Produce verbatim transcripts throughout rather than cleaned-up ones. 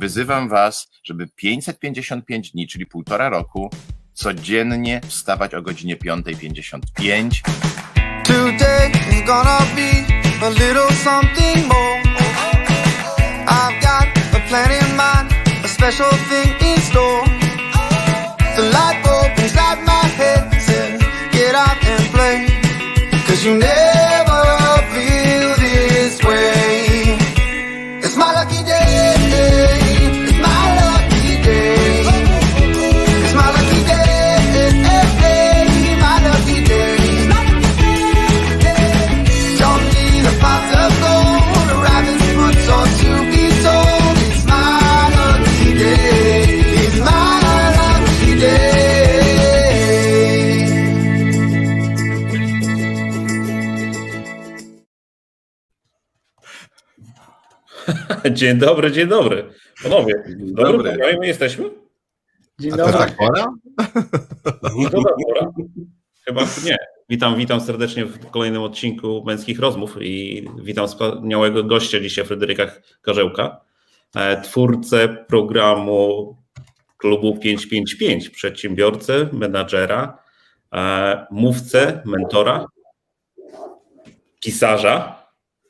wyzywam was, żeby pięćset pięćdziesiąt pięć dni, czyli półtora roku, codziennie wstawać o godzinie piąta pięćdziesiąt pięć. Today is gonna be a little something more. I've got a plan in mind, a special thing in store. The light bulb inside my head says, get out and play, 'cause you never feel this way. It's my lucky day, it's my lucky day, it's my lucky day, my lucky day. Don't need a pot of gold, a rabbit's foot or to be told. It's my lucky day, it's my lucky day. Dzień dobry, dzień dobry. Panowie, Dzień dobry, dobry. dobry. My jesteśmy? Dzień A dobry. to tak pora? Dobra, pora. Chyba nie. Witam, witam serdecznie w kolejnym odcinku Męskich Rozmów i witam wspaniałego gościa dzisiaj, Fryderyka Karzełka, e, twórcę programu Klubu pięćset pięćdziesiąt pięć, przedsiębiorcę, menadżera, e, mówcę, mentora, pisarza,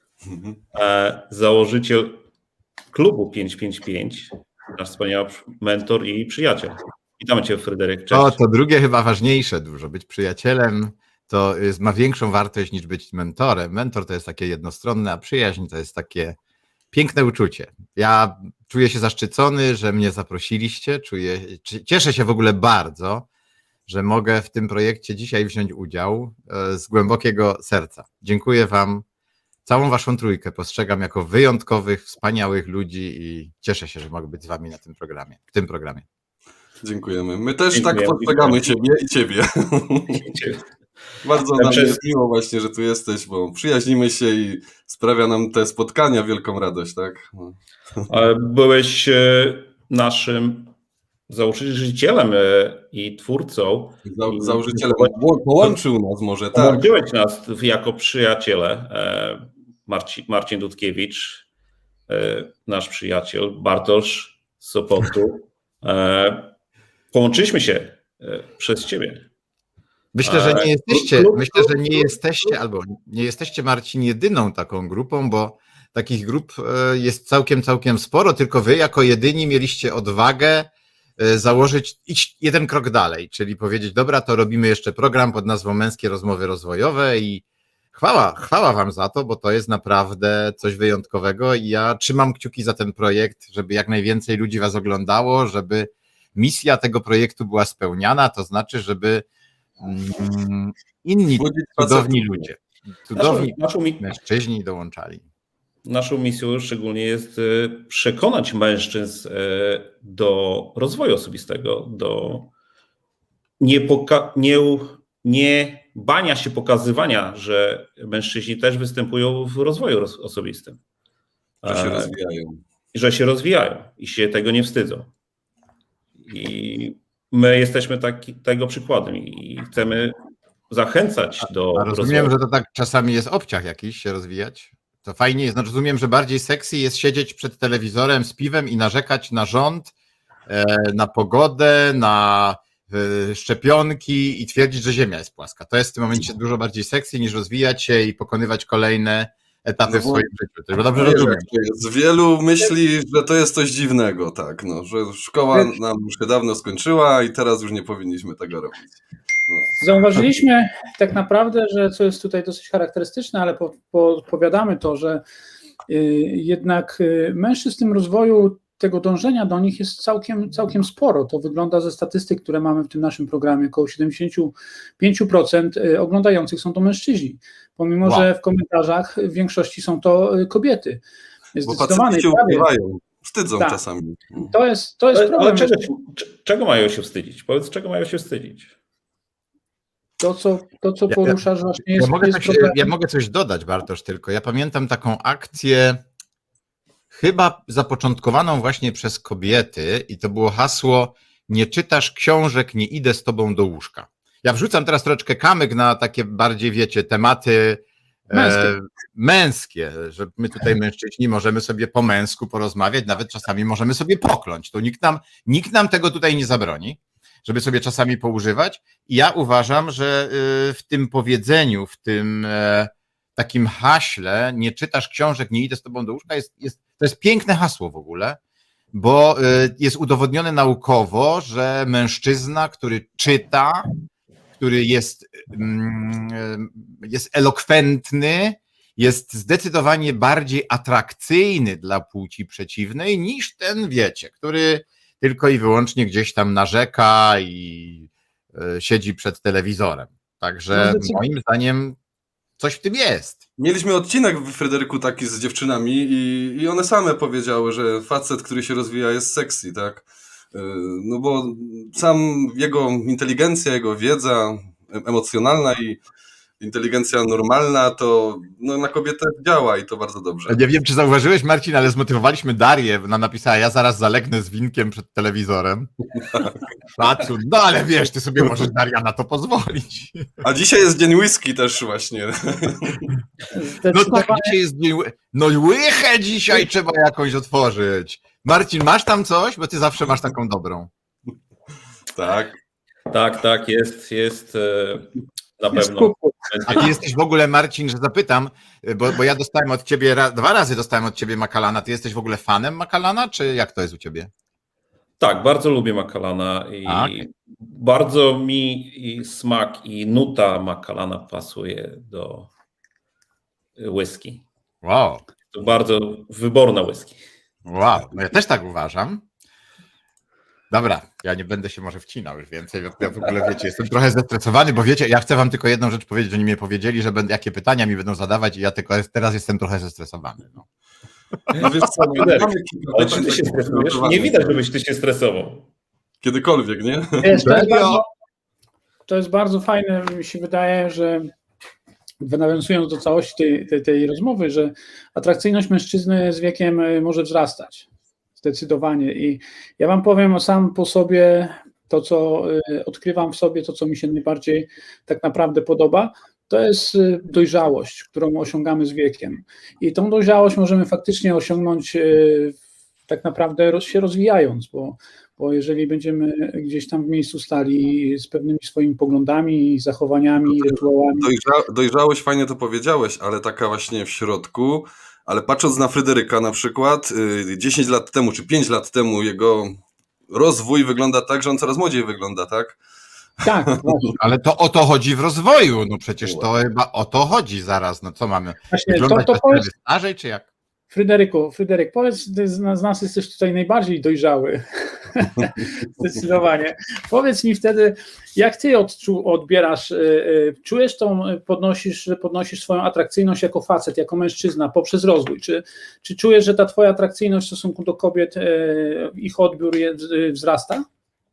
e, założyciel Klubu pięćset pięćdziesiąt pięć, nasz wspaniały mentor i przyjaciel. Witamy Cię, Fryderyk. Cześć. O, to drugie chyba ważniejsze dużo. Być przyjacielem to jest, ma większą wartość niż być mentorem. Mentor to jest takie jednostronne, a przyjaźń to jest takie piękne uczucie. Ja czuję się zaszczycony, że mnie zaprosiliście. Czuję, cieszę się w ogóle bardzo, że mogę w tym projekcie dzisiaj wziąć udział z głębokiego serca. Dziękuję Wam. Całą Waszą trójkę postrzegam jako wyjątkowych, wspaniałych ludzi i cieszę się, że mogę być z Wami na tym programie, w tym programie. Dziękujemy. My też Dziękujemy. tak postrzegamy Ciebie i Ciebie. Bardzo nam Przez- jest miło właśnie, że tu jesteś, bo przyjaźnimy się i sprawia nam te spotkania wielką radość, tak? No. E, Byłeś e, naszym założycielem e, i twórcą. Za, I- założycielem po- połączył nas może, tak? Połączyłeś nas jako przyjaciele. e, Marci, Marcin Dudkiewicz, e, nasz przyjaciel, Bartosz z Sopotu. E, Połączyliśmy się e, przez Ciebie. Myślę, że nie jesteście, klub- myślę, że nie jesteście, albo nie jesteście, Marcin, jedyną taką grupą, bo takich grup e, jest całkiem, całkiem sporo, tylko wy jako jedyni mieliście odwagę e, założyć, iść jeden krok dalej, czyli powiedzieć, dobra, to robimy jeszcze program pod nazwą Męskie Rozmowy Rozwojowe i chwała, chwała wam za to, bo to jest naprawdę coś wyjątkowego i ja trzymam kciuki za ten projekt, żeby jak najwięcej ludzi was oglądało, żeby misja tego projektu była spełniana, to znaczy, żeby mm, inni Budzić cudowni facetów. ludzie, cudowni Naszą, naszą, mi- mężczyźni dołączali. naszą misją szczególnie jest e, przekonać mężczyzn e, do rozwoju osobistego, do nie, poka- nie, nie bania się pokazywania, że mężczyźni też występują w rozwoju roz- osobistym. Że się E, rozwijają. że się rozwijają i się tego nie wstydzą. I my jesteśmy taki, tego przykładem i chcemy zachęcać do A rozumiem, rozwoju. że to tak czasami jest obciach jakiś się rozwijać. To fajnie jest. No, rozumiem, że bardziej sexy jest siedzieć przed telewizorem z piwem i narzekać na rząd, e, na pogodę, na e, szczepionki i twierdzić, że Ziemia jest płaska. To jest w tym momencie dużo bardziej sexy niż rozwijać się i pokonywać kolejne etapy No w bo- swoim życiu. To chyba dobrze Wiesz, rozumiem. jak to jest. Wielu myśli, że to jest coś dziwnego, tak, no, że szkoła nam już się dawno skończyła i teraz już nie powinniśmy tego robić. Zauważyliśmy tak naprawdę, że co jest tutaj dosyć charakterystyczne, ale po- podpowiadamy to, że y, jednak y, mężczyzn w tym rozwoju, tego dążenia do nich jest całkiem, całkiem sporo. To wygląda ze statystyk, które mamy w tym naszym programie. Około siedemdziesiąt pięć procent oglądających są to mężczyźni, pomimo Wow. że w komentarzach w większości są to y, kobiety. Bo Zdecydowanie faceci się prawie. ukrywają, wstydzą Tak. czasami. To jest, to jest Ale, ale problem. czego, c- czego mają się wstydzić? Powiedz, czego mają się wstydzić? To, co, to, co Ja- poruszasz, właśnie jest, Ja mogę, jest coś, problemem. ja mogę coś dodać, Bartosz, tylko ja pamiętam taką akcję chyba zapoczątkowaną właśnie przez kobiety i to było hasło nie czytasz książek, nie idę z tobą do łóżka. Ja wrzucam teraz troszeczkę kamyk na takie bardziej, wiecie, tematy Męskie. e, męskie, że my tutaj mężczyźni możemy sobie po męsku porozmawiać, nawet czasami możemy sobie pokląć. To nikt nam, nikt nam tego tutaj nie zabroni, żeby sobie czasami poużywać. I ja uważam, że y, w tym powiedzeniu, w tym e, takim haśle, nie czytasz książek, nie idę z tobą do łóżka, jest, jest, to jest piękne hasło w ogóle, bo y, jest udowodnione naukowo, że mężczyzna, który czyta, który jest, jest elokwentny, jest zdecydowanie bardziej atrakcyjny dla płci przeciwnej niż ten, wiecie, który tylko i wyłącznie gdzieś tam narzeka i siedzi przed telewizorem. Także moim zdaniem coś w tym jest. Mieliśmy odcinek w Fryderyku taki z dziewczynami i, i one same powiedziały, że facet, który się rozwija, jest sexy, tak? No bo sam jego inteligencja, jego wiedza emocjonalna i inteligencja normalna to no, na kobietę działa i to bardzo dobrze. Nie wiem, czy zauważyłeś, Marcin, ale zmotywowaliśmy Darię, ona napisała, ja zaraz zalegnę z winkiem przed telewizorem. Szacun, no ale wiesz, ty sobie możesz, Daria, na to pozwolić. A dzisiaj jest dzień whisky też właśnie. No tak, dzisiaj jest dzień, no łychę dzisiaj trzeba jakąś otworzyć. Marcin, masz tam coś? Bo ty zawsze masz taką dobrą. Tak. Tak, tak, jest, jest na Jest pewno. kuku. A ty jesteś w ogóle, Marcin, że zapytam, bo, bo ja dostałem od ciebie, raz, dwa razy dostałem od ciebie Macallana. Ty jesteś w ogóle fanem Macallana, czy jak to jest u ciebie? Tak, bardzo lubię Macallana i Tak. bardzo mi i smak i nuta Macallana pasuje do whisky. Wow, To bardzo wyborna whisky. wow, no ja też tak uważam. Dobra, ja nie będę się może wcinał już więcej, ja w ogóle wiecie, jestem trochę zestresowany, bo wiecie, ja chcę wam tylko jedną rzecz powiedzieć, że oni mnie powiedzieli, że będę, jakie pytania mi będą zadawać i ja tylko teraz jestem trochę zestresowany. No. No wiesz co, no, Fryderyk, mamy kilka Ale pytań czy ty się takich stresujesz? przygotowanych. Nie widać, żebyś ty się stresował. Kiedykolwiek, nie? Wiesz, to, jest Serio? bardzo, to jest bardzo fajne, mi się wydaje, że nawiązując do całości tej, tej, tej rozmowy, że atrakcyjność mężczyzny z wiekiem może wzrastać. Zdecydowanie. I ja wam powiem o sam po sobie to, co odkrywam w sobie, to, co mi się najbardziej tak naprawdę podoba, to jest dojrzałość, którą osiągamy z wiekiem. I tą dojrzałość możemy faktycznie osiągnąć tak naprawdę się rozwijając, bo, bo jeżeli będziemy gdzieś tam w miejscu stali z pewnymi swoimi poglądami, zachowaniami, rytuałami. Dojrza, dojrzałeś, fajnie to powiedziałeś, ale taka właśnie w środku, ale patrząc na Fryderyka na przykład, dziesięć lat temu czy pięć lat temu jego rozwój wygląda tak, że on coraz młodziej wygląda, tak? Tak, właśnie. Ale to o to chodzi w rozwoju, no przecież to chyba o to chodzi zaraz, no co mamy, Właśnie, wyglądać to, to powiedz, starzej, czy jak? Fryderyku, Fryderyk, powiedz, ty z nas, z nas jesteś tutaj najbardziej dojrzały. Zdecydowanie. Powiedz mi wtedy, jak ty odczu, odbierasz, y, y, czujesz tą, podnosisz, że podnosisz swoją atrakcyjność jako facet, jako mężczyzna poprzez rozwój. Czy, czy czujesz, że ta twoja atrakcyjność w stosunku do kobiet, y, ich odbiór je, y, wzrasta?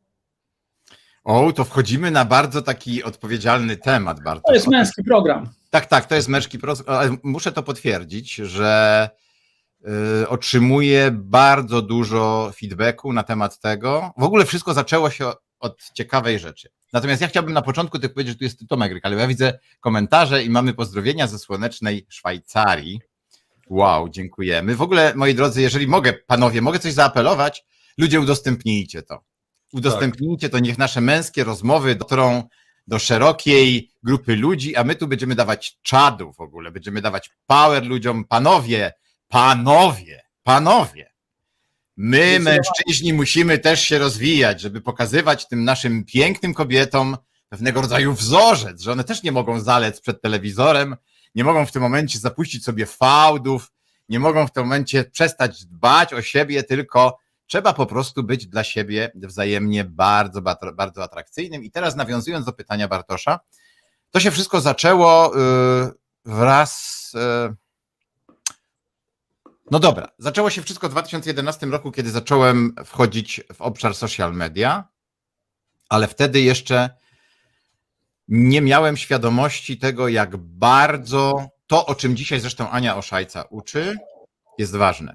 O, to wchodzimy na bardzo taki odpowiedzialny temat, Bartosz. To jest męski program. Tak, tak, to jest męski program, ale muszę to potwierdzić, że y, otrzymuję bardzo dużo feedbacku na temat tego. W ogóle wszystko zaczęło się od, od ciekawej rzeczy. Natomiast ja chciałbym na początku tylko powiedzieć, że tu jest Tomek Ryk, ale ja widzę komentarze i mamy pozdrowienia ze słonecznej Szwajcarii. Wow, dziękujemy. W ogóle, moi drodzy, jeżeli mogę, panowie, mogę coś zaapelować, ludzie, udostępnijcie to. Udostępnijcie to, niech nasze męskie rozmowy dotrą do szerokiej grupy ludzi, a my tu będziemy dawać czadu w ogóle, będziemy dawać power ludziom. Panowie, panowie, panowie, my mężczyźni musimy też się rozwijać, żeby pokazywać tym naszym pięknym kobietom pewnego rodzaju wzorzec, że one też nie mogą zalec przed telewizorem, nie mogą w tym momencie zapuścić sobie fałdów, nie mogą w tym momencie przestać dbać o siebie, tylko trzeba po prostu być dla siebie wzajemnie bardzo, bardzo atrakcyjnym. I teraz nawiązując do pytania Bartosza, to się wszystko zaczęło wraz... No dobra, zaczęło się wszystko w dwa tysiące jedenastym roku, kiedy zacząłem wchodzić w obszar social media, ale wtedy jeszcze nie miałem świadomości tego, jak bardzo to, o czym dzisiaj zresztą Ania Oszajca uczy, jest ważne.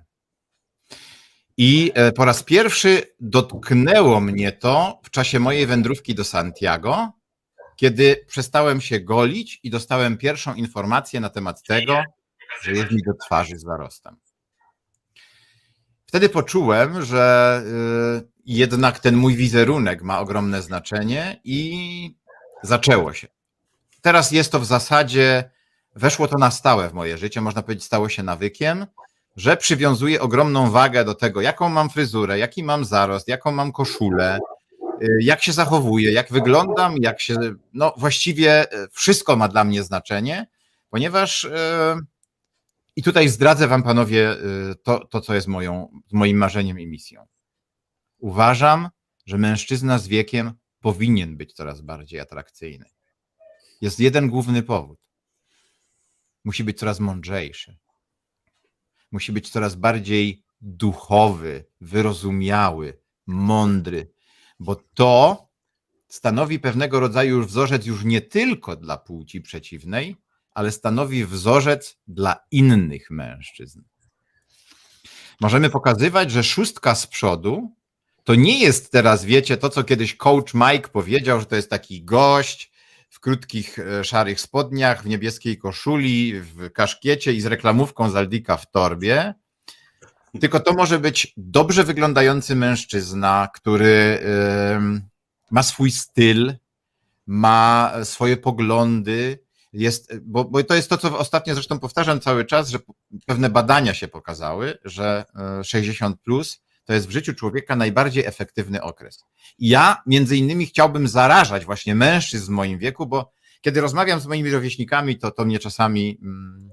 I po raz pierwszy dotknęło mnie to w czasie mojej wędrówki do Santiago, kiedy przestałem się golić i dostałem pierwszą informację na temat tego, że jest mi do twarzy z zarostem. Wtedy poczułem, że y, jednak ten mój wizerunek ma ogromne znaczenie i zaczęło się. Teraz jest to w zasadzie, weszło to na stałe w moje życie, można powiedzieć, stało się nawykiem, że przywiązuję ogromną wagę do tego, jaką mam fryzurę, jaki mam zarost, jaką mam koszulę, jak się zachowuję, jak wyglądam, jak się, no właściwie wszystko ma dla mnie znaczenie, ponieważ yy, i tutaj zdradzę wam, panowie, yy, to, to, co jest moją, moim marzeniem i misją. Uważam, że mężczyzna z wiekiem powinien być coraz bardziej atrakcyjny. Jest jeden główny powód. Musi być coraz mądrzejszy. Musi być coraz bardziej duchowy, wyrozumiały, mądry, bo to stanowi pewnego rodzaju wzorzec już nie tylko dla płci przeciwnej, ale stanowi wzorzec dla innych mężczyzn. Możemy pokazywać, że szóstka z przodu to nie jest teraz, wiecie, to co kiedyś coach Mike powiedział, że to jest taki gość w krótkich, szarych spodniach, w niebieskiej koszuli, w kaszkiecie i z reklamówką z Aldika w torbie, tylko to może być dobrze wyglądający mężczyzna, który ma swój styl, ma swoje poglądy, jest, bo, bo to jest to, co ostatnio zresztą powtarzam cały czas, że pewne badania się pokazały, że sześćdziesiąt plus to jest w życiu człowieka najbardziej efektywny okres. I ja między innymi chciałbym zarażać właśnie mężczyzn w moim wieku, bo kiedy rozmawiam z moimi rówieśnikami, to to mnie czasami mm,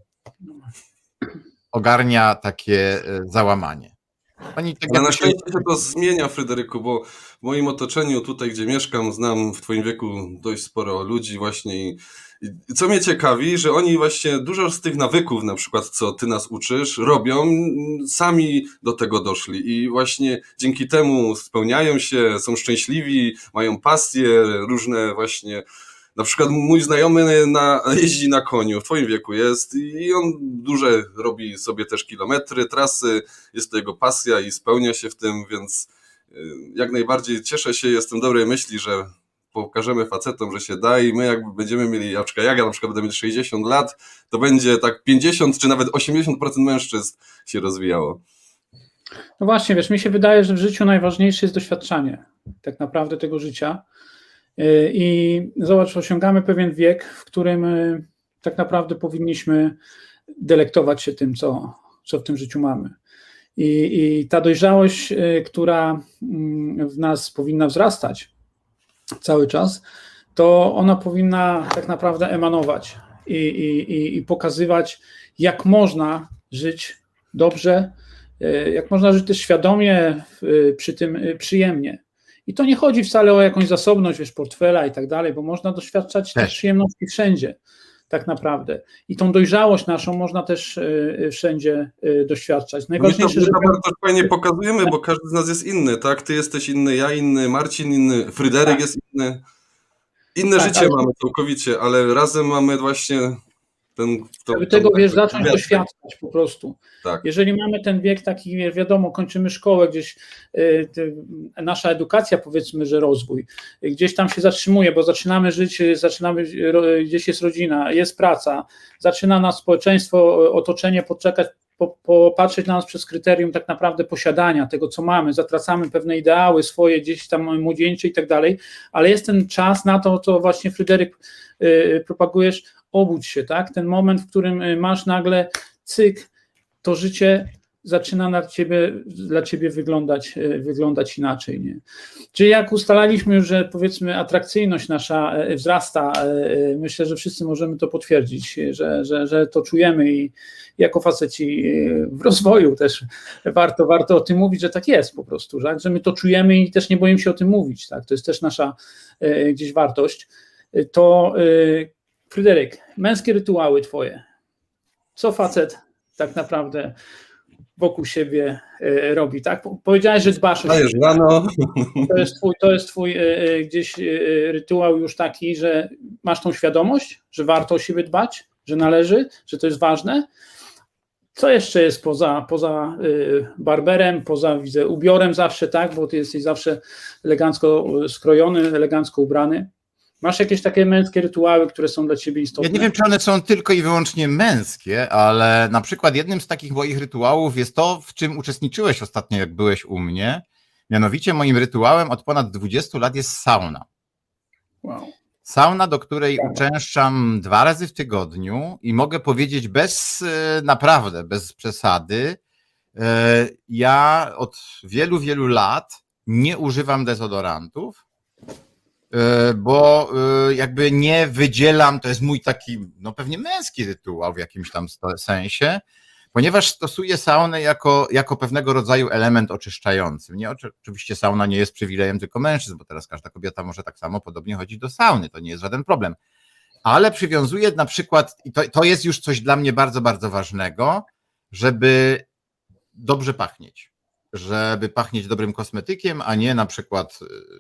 ogarnia takie załamanie. Oni tak Ale na szczęście się to zmienia, Fryderyku, bo w moim otoczeniu, tutaj gdzie mieszkam, znam w twoim wieku dość sporo ludzi właśnie i, i co mnie ciekawi, że oni właśnie dużo z tych nawyków, na przykład co ty nas uczysz, robią, sami do tego doszli i właśnie dzięki temu spełniają się, są szczęśliwi, mają pasje, różne właśnie. Na przykład mój znajomy na, jeździ na koniu, w twoim wieku jest i on duże robi sobie też kilometry, trasy, jest to jego pasja i spełnia się w tym, więc jak najbardziej cieszę się, jestem dobrej myśli, że pokażemy facetom, że się da i my jak będziemy mieli, na przykład jak ja na przykład będę mieć sześćdziesiąt lat, to będzie tak pięćdziesiąt czy nawet osiemdziesiąt procent mężczyzn się rozwijało. No właśnie, wiesz, mi się wydaje, że w życiu najważniejsze jest doświadczanie tak naprawdę tego życia. I zobacz, osiągamy pewien wiek, w którym tak naprawdę powinniśmy delektować się tym, co, co w tym życiu mamy. I, i ta dojrzałość, która w nas powinna wzrastać cały czas, to ona powinna tak naprawdę emanować i, i, i pokazywać, jak można żyć dobrze, jak można żyć też świadomie, przy tym przyjemnie. I to nie chodzi wcale o jakąś zasobność, wiesz, portfela i tak dalej, bo można doświadczać też przyjemności wszędzie, tak naprawdę. I tą dojrzałość naszą można też y, wszędzie y, doświadczać. Najważniejsze, my to, żeby... my to bardzo fajnie pokazujemy, bo każdy z nas jest inny, tak? Ty jesteś inny, ja inny, Marcin inny, Fryderyk tak. jest inny. Inne tak, życie ale... mamy całkowicie, ale razem mamy właśnie ten... To, żeby tego, wiesz, zacząć doświadczać po prostu. Tak. Jeżeli mamy ten wiek taki, wiadomo, kończymy szkołę, gdzieś y, y, nasza edukacja, powiedzmy, że rozwój, y, gdzieś tam się zatrzymuje, bo zaczynamy żyć, zaczynamy, y, gdzieś jest rodzina, jest praca, zaczyna nas społeczeństwo, otoczenie podczekać, po, popatrzeć na nas przez kryterium tak naprawdę posiadania tego, co mamy, zatracamy pewne ideały swoje, gdzieś tam młodzieńcze i tak dalej, ale jest ten czas na to, co właśnie Fryderyk y, propagujesz, obudź się, tak? Ten moment, w którym masz nagle cyk, to życie zaczyna na ciebie, dla ciebie wyglądać, wyglądać inaczej. Nie? Czyli jak ustalaliśmy już, że powiedzmy atrakcyjność nasza wzrasta, myślę, że wszyscy możemy to potwierdzić, że, że, że to czujemy i jako faceci w rozwoju też warto, warto o tym mówić, że tak jest po prostu, tak? Że my to czujemy i też nie boimy się o tym mówić. Tak? To jest też nasza gdzieś wartość. To Fryderyk, męskie rytuały twoje. Co facet tak naprawdę wokół siebie y, robi, tak? Powiedziałeś, że dbasz o siebie. Rano. To jest twój, to jest twój y, gdzieś y, rytuał już taki, że masz tą świadomość, że warto o siebie dbać, że należy, że to jest ważne. Co jeszcze jest poza, poza y, barberem, poza widzę ubiorem zawsze, tak? Bo ty jesteś zawsze elegancko skrojony, elegancko ubrany. Masz jakieś takie męskie rytuały, które są dla ciebie istotne? Ja nie wiem, czy one są tylko i wyłącznie męskie, ale na przykład jednym z takich moich rytuałów jest to, w czym uczestniczyłeś ostatnio, jak byłeś u mnie. Mianowicie moim rytuałem od ponad dwudziestu lat jest sauna. Wow. Sauna, do której uczęszczam dwa razy w tygodniu i mogę powiedzieć bez, naprawdę, bez przesady, ja od wielu, wielu lat nie używam dezodorantów, bo jakby nie wydzielam, to jest mój taki, no pewnie męski rytuał w jakimś tam sensie, ponieważ stosuję saunę jako, jako pewnego rodzaju element oczyszczający. Nie, oczywiście sauna nie jest przywilejem tylko mężczyzn, bo teraz każda kobieta może tak samo podobnie chodzić do sauny, to nie jest żaden problem. Ale przywiązuję na przykład, i to, to jest już coś dla mnie bardzo, bardzo ważnego, żeby dobrze pachnieć, żeby pachnieć dobrym kosmetykiem, a nie na przykład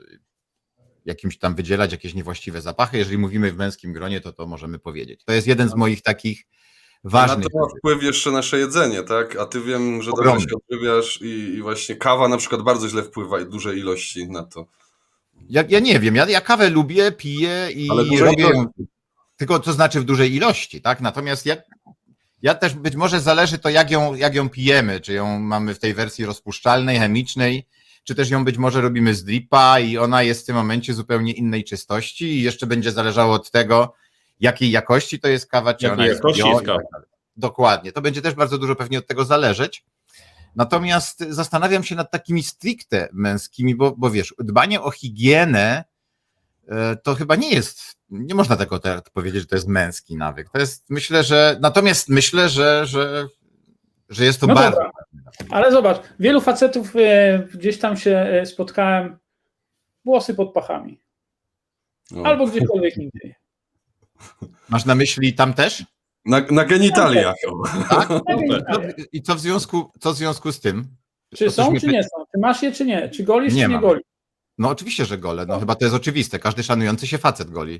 jakimś tam wydzielać jakieś niewłaściwe zapachy. Jeżeli mówimy w męskim gronie, to to możemy powiedzieć. To jest jeden z moich takich ważnych. Na to ma wpływ jeszcze nasze jedzenie, tak? A ty wiem, że Ogromny. dobrze się odżywiasz i, i właśnie kawa na przykład bardzo źle wpływa i duże ilości na to. Ja, ja nie wiem, ja, ja kawę lubię, piję i Ale dużej robię ją, ilości. tylko to znaczy w dużej ilości, tak? Natomiast ja, ja też być może zależy to, jak ją, jak ją pijemy, czy ją mamy w tej wersji rozpuszczalnej, chemicznej, czy też ją być może robimy z dripa i ona jest w tym momencie zupełnie innej czystości i jeszcze będzie zależało od tego, jakiej jakości to jest kawa, czy Jakiej ona jest jakości bio jest i kawa. tak dalej. Dokładnie, to będzie też bardzo dużo pewnie od tego zależeć. Natomiast zastanawiam się nad takimi stricte męskimi, bo, bo wiesz, dbanie o higienę to chyba nie jest, nie można tego teraz powiedzieć, że to jest męski nawyk. To jest, myślę, że, natomiast myślę, że, że, że jest to No bardzo... dobra. Ale zobacz, wielu facetów e, gdzieś tam się e, spotkałem, włosy pod pachami. No. Albo gdziekolwiek indziej. Masz na myśli tam też? Na, na genitaliach. Tak? No, I co w związku, co w związku z tym? czy Otóż są, mnie czy py- nie są? Czy masz je, czy nie? Czy golisz, Nie czy nie mam. golisz? No oczywiście, że gole. No chyba to jest oczywiste. Każdy szanujący się facet goli.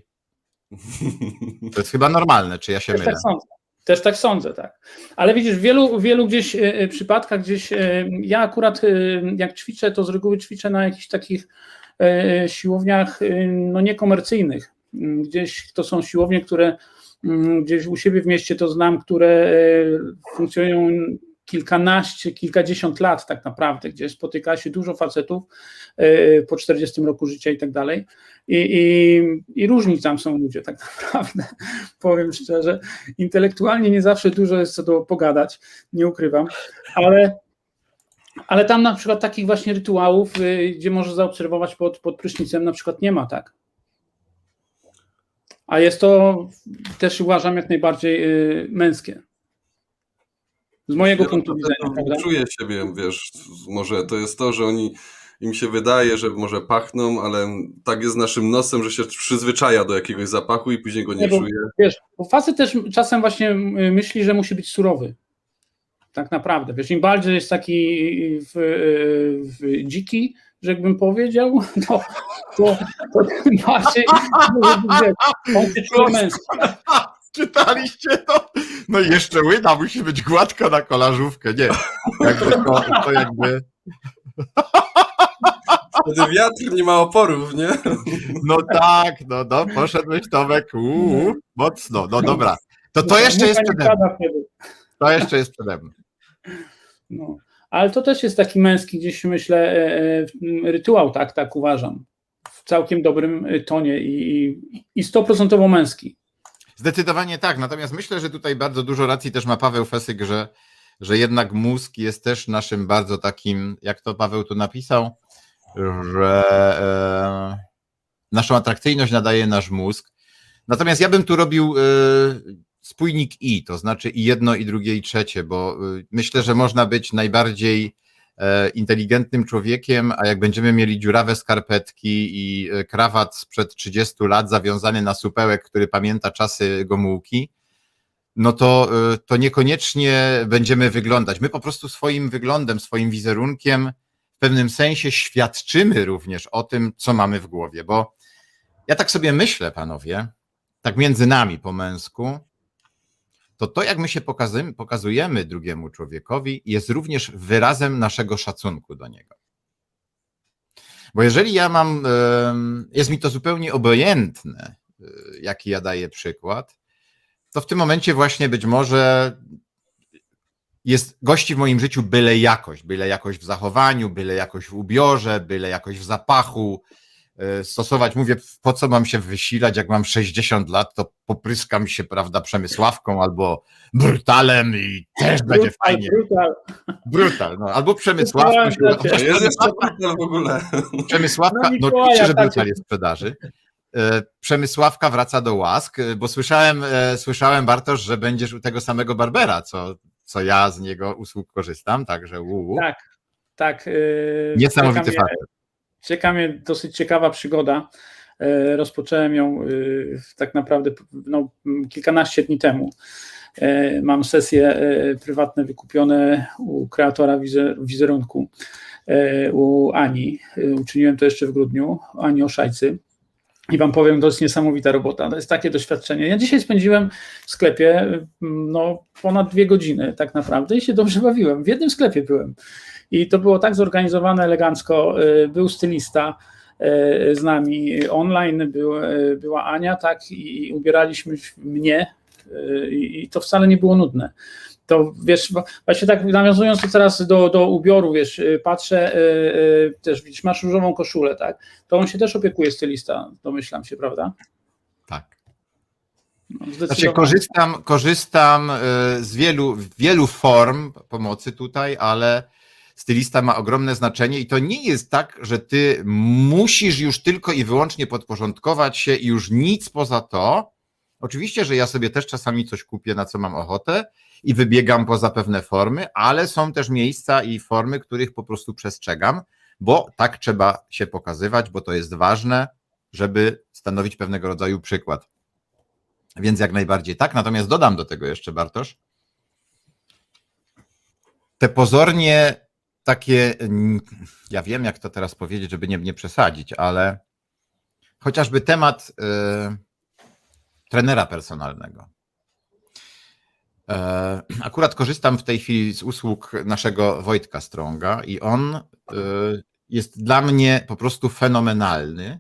To jest chyba normalne, czy ja się Też mylę? tak sądzę. Też tak sądzę, tak. Ale widzisz, w wielu, wielu gdzieś e, przypadkach, gdzieś e, ja akurat e, jak ćwiczę, to z reguły ćwiczę na jakichś takich e, siłowniach e, no niekomercyjnych. Gdzieś to są siłownie, które m, gdzieś u siebie w mieście to znam, które e, funkcjonują kilkanaście, kilkadziesiąt lat tak naprawdę, gdzie spotyka się dużo facetów e, po czterdziestym roku życia i tak dalej. I, i, I różni tam są ludzie tak naprawdę, powiem szczerze. Intelektualnie nie zawsze dużo jest co do pogadać, nie ukrywam, ale, ale tam na przykład takich właśnie rytuałów, y, gdzie możesz zaobserwować pod, pod prysznicem, na przykład nie ma, tak? A jest to też uważam jak najbardziej y, męskie. Z mojego Ja punktu widzenia, to prawda? czuję siebie, wiesz, może to jest to, że oni, im się wydaje, że może pachną, ale tak jest z naszym nosem, że się przyzwyczaja do jakiegoś zapachu i później go nie, Nie, bo, czuje. wiesz, bo facet też czasem właśnie myśli, że musi być surowy. Tak naprawdę. Wiesz, im bardziej jest taki w, w dziki, że jakbym powiedział, to, to, to tym bardziej on się czuje męski. Czytaliście to? No i jeszcze łyda musi być gładka na kolażówkę. Nie, jakby to, to jakby... Wtedy wiatr nie ma oporów, nie? No tak, no, no poszedłeś Tomek, uuu, mocno, no dobra. To to jeszcze jest przede mną. To jeszcze jest przede mną. No. Ale to też jest taki męski gdzieś, myślę, rytuał, tak, tak uważam. W całkiem dobrym tonie i, i stoprocentowo męski. Zdecydowanie tak, natomiast myślę, że tutaj bardzo dużo racji też ma Paweł Fesyk, że, że jednak mózg jest też naszym bardzo takim, jak to Paweł tu napisał, że e, naszą atrakcyjność nadaje nasz mózg. Natomiast ja bym tu robił e, spójnik i, to znaczy i jedno, i drugie, i trzecie, bo e, myślę, że można być najbardziej e, inteligentnym człowiekiem, a jak będziemy mieli dziurawe skarpetki i e, krawat sprzed trzydziestu lat zawiązany na supełek, który pamięta czasy Gomułki, no to, e, to niekoniecznie będziemy wyglądać. My po prostu swoim wyglądem, swoim wizerunkiem w pewnym sensie świadczymy również o tym, co mamy w głowie, bo ja tak sobie myślę, panowie, tak między nami po męsku, to to, jak my się pokazujemy, pokazujemy drugiemu człowiekowi, jest również wyrazem naszego szacunku do niego. Bo jeżeli ja mam, jest mi to zupełnie obojętne, jaki ja daję przykład, to w tym momencie właśnie być może jest gości w moim życiu byle jakość, byle jakość w zachowaniu, byle jakość w ubiorze, byle jakość w zapachu, stosować, mówię, po co mam się wysilać, jak mam sześćdziesiąt lat, to popryskam się, prawda, Przemysławką albo Brutalem i też brutal, będzie fajnie. Brutal. Brutal, no, albo Przemysławką. Się, jest jeszcze Brutal w ogóle. Przemysławka, no oczywiście, że Brutal jest w sprzedaży. Przemysławka wraca do łask, bo słyszałem, słyszałem Bartosz, że będziesz u tego samego barbera, co, co ja z niego usług korzystam, także uu. Tak, tak. Niesamowity fakt. Czeka mnie dosyć ciekawa przygoda. Rozpocząłem ją tak naprawdę no, kilkanaście dni temu. Mam sesje prywatne wykupione u kreatora wizerunku, u Ani. Uczyniłem to jeszcze w grudniu, Ani Oszajcy. I wam powiem, to jest niesamowita robota. To jest takie doświadczenie. Ja dzisiaj spędziłem w sklepie no, ponad dwie godziny tak naprawdę i się dobrze bawiłem. W jednym sklepie byłem. I to było tak zorganizowane elegancko. Był stylista z nami online, był, była Ania, tak, i ubieraliśmy mnie i to wcale nie było nudne. To wiesz, właśnie tak nawiązując to teraz do, do ubioru, wiesz, patrzę, też widzisz, masz różową koszulę, tak, to on się też opiekuje, stylista, domyślam się, prawda? Tak. No, znaczy korzystam, korzystam z wielu, wielu form pomocy tutaj, ale stylista ma ogromne znaczenie i to nie jest tak, że ty musisz już tylko i wyłącznie podporządkować się i już nic poza to. Oczywiście, że ja sobie też czasami coś kupię, na co mam ochotę i wybiegam poza pewne formy, ale są też miejsca i formy, których po prostu przestrzegam, bo tak trzeba się pokazywać, bo to jest ważne, żeby stanowić pewnego rodzaju przykład. Więc jak najbardziej tak. Natomiast dodam do tego jeszcze, Bartosz, te pozornie takie, ja wiem jak to teraz powiedzieć, żeby nie, nie przesadzić, ale chociażby temat y, trenera personalnego. Akurat korzystam w tej chwili z usług naszego Wojtka Stronga i on jest dla mnie po prostu fenomenalny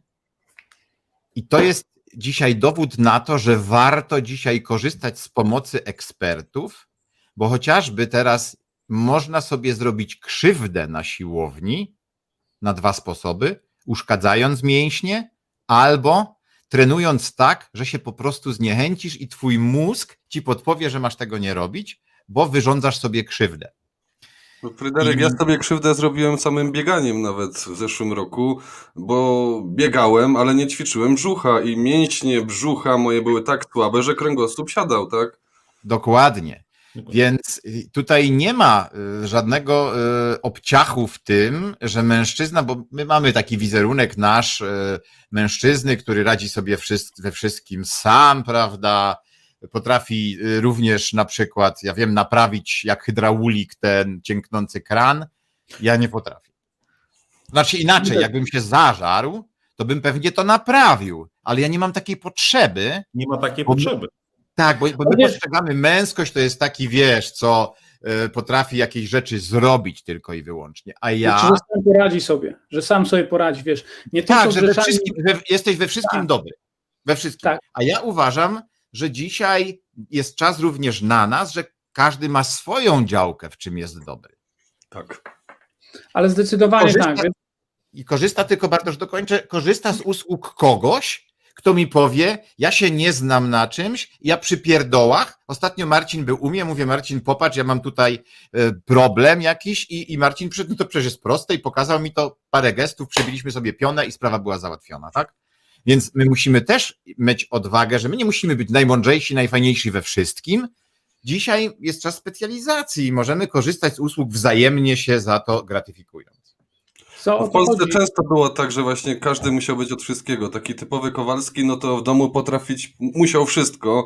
i to jest dzisiaj dowód na to, że warto dzisiaj korzystać z pomocy ekspertów, bo chociażby teraz można sobie zrobić krzywdę na siłowni na dwa sposoby, uszkadzając mięśnie albo trenując tak, że się po prostu zniechęcisz i twój mózg ci podpowie, że masz tego nie robić, bo wyrządzasz sobie krzywdę. No, Fryderyk, I... ja sobie krzywdę zrobiłem samym bieganiem nawet w zeszłym roku, bo biegałem, ale nie ćwiczyłem brzucha i mięśnie brzucha moje były tak słabe, że kręgosłup siadał, tak? Dokładnie. Więc tutaj nie ma żadnego obciachu w tym, że mężczyzna, bo my mamy taki wizerunek nasz mężczyzny, który radzi sobie we wszystkim sam, prawda, potrafi również na przykład, ja wiem, naprawić jak hydraulik ten cięknący kran, ja nie potrafię. Znaczy inaczej, jakbym się zażarł, to bym pewnie to naprawił, ale ja nie mam takiej potrzeby. Nie ma takiej potrzeby. Tak, bo, bo my postrzegamy męskość, to jest taki, wiesz, co y, potrafi jakieś rzeczy zrobić tylko i wyłącznie, a ja... Znaczy, że sam poradzi sobie, że sam sobie poradzi, wiesz. Nie tak, tylko że rzeczami... we wszystkim, że jesteś we wszystkim tak. dobry, we wszystkim. Tak. A ja uważam, że dzisiaj jest czas również na nas, że każdy ma swoją działkę, w czym jest dobry. Tak. Ale zdecydowanie korzysta, tak. I korzysta, tylko Bartosz dokończę, korzysta z usług kogoś, kto mi powie, ja się nie znam na czymś, ja przy pierdołach, ostatnio Marcin był u mnie, mówię Marcin popatrz, ja mam tutaj problem jakiś i, i Marcin przyszedł, no to przecież jest proste i pokazał mi to parę gestów, przybiliśmy sobie pionę i sprawa była załatwiona, tak? Więc my musimy też mieć odwagę, że my nie musimy być najmądrzejsi, najfajniejsi we wszystkim. Dzisiaj jest czas specjalizacji i możemy korzystać z usług wzajemnie się za to gratyfikując. W Polsce chodzi? Często było tak, że właśnie każdy musiał być od wszystkiego. Taki typowy Kowalski, no to w domu potrafić musiał wszystko.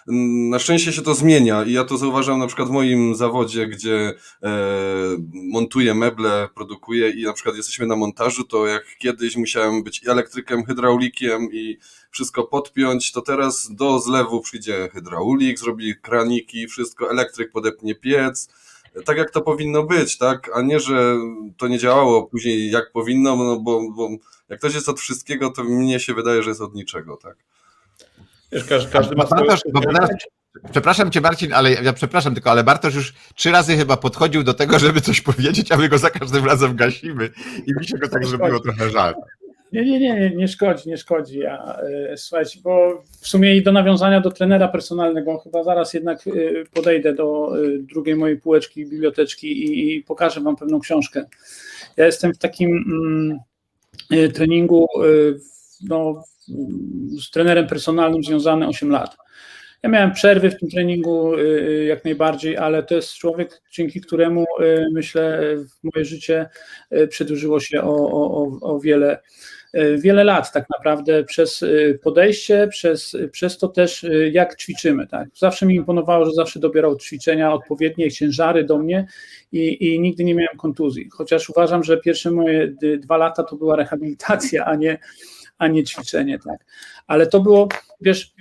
Na szczęście się to zmienia i ja to zauważam na przykład w moim zawodzie, gdzie e, montuję meble, produkuję i na przykład jesteśmy na montażu, to jak kiedyś musiałem być elektrykiem, hydraulikiem i wszystko podpiąć, to teraz do zlewu przyjdzie hydraulik, zrobi kraniki, wszystko, elektryk podepnie piec, tak jak to powinno być, tak, a nie, że to nie działało później jak powinno, no bo, bo jak ktoś jest od wszystkiego, to mnie się wydaje, że jest od niczego, tak. Wiesz, każdy, każdy ma Bartosz, swoje... bo teraz, przepraszam cię Marcin, ale ja przepraszam tylko, ale Bartosz już trzy razy chyba podchodził do tego, żeby coś powiedzieć, a my go za każdym razem gasimy i mi się go tak zrobiło trochę żal. Nie, nie, nie, nie szkodzi, nie szkodzi. Ja, e, słuchajcie, bo w sumie i do nawiązania do trenera personalnego, chyba zaraz jednak e, podejdę do e, drugiej mojej półeczki, biblioteczki i, i pokażę wam pewną książkę. Ja jestem w takim mm, e, treningu e, no, z trenerem personalnym związany osiem lat. Ja miałem przerwy w tym treningu e, jak najbardziej, ale to jest człowiek, dzięki któremu e, myślę moje życie e, przedłużyło się o, o, o wiele wiele lat tak naprawdę przez podejście, przez, przez to też jak ćwiczymy. Tak? Zawsze mi imponowało, że zawsze dobierał ćwiczenia odpowiednie, ciężary do mnie i, i nigdy nie miałem kontuzji. Chociaż uważam, że pierwsze moje dwa lata to była rehabilitacja, a nie, a nie ćwiczenie. Tak? Ale to było, wiesz,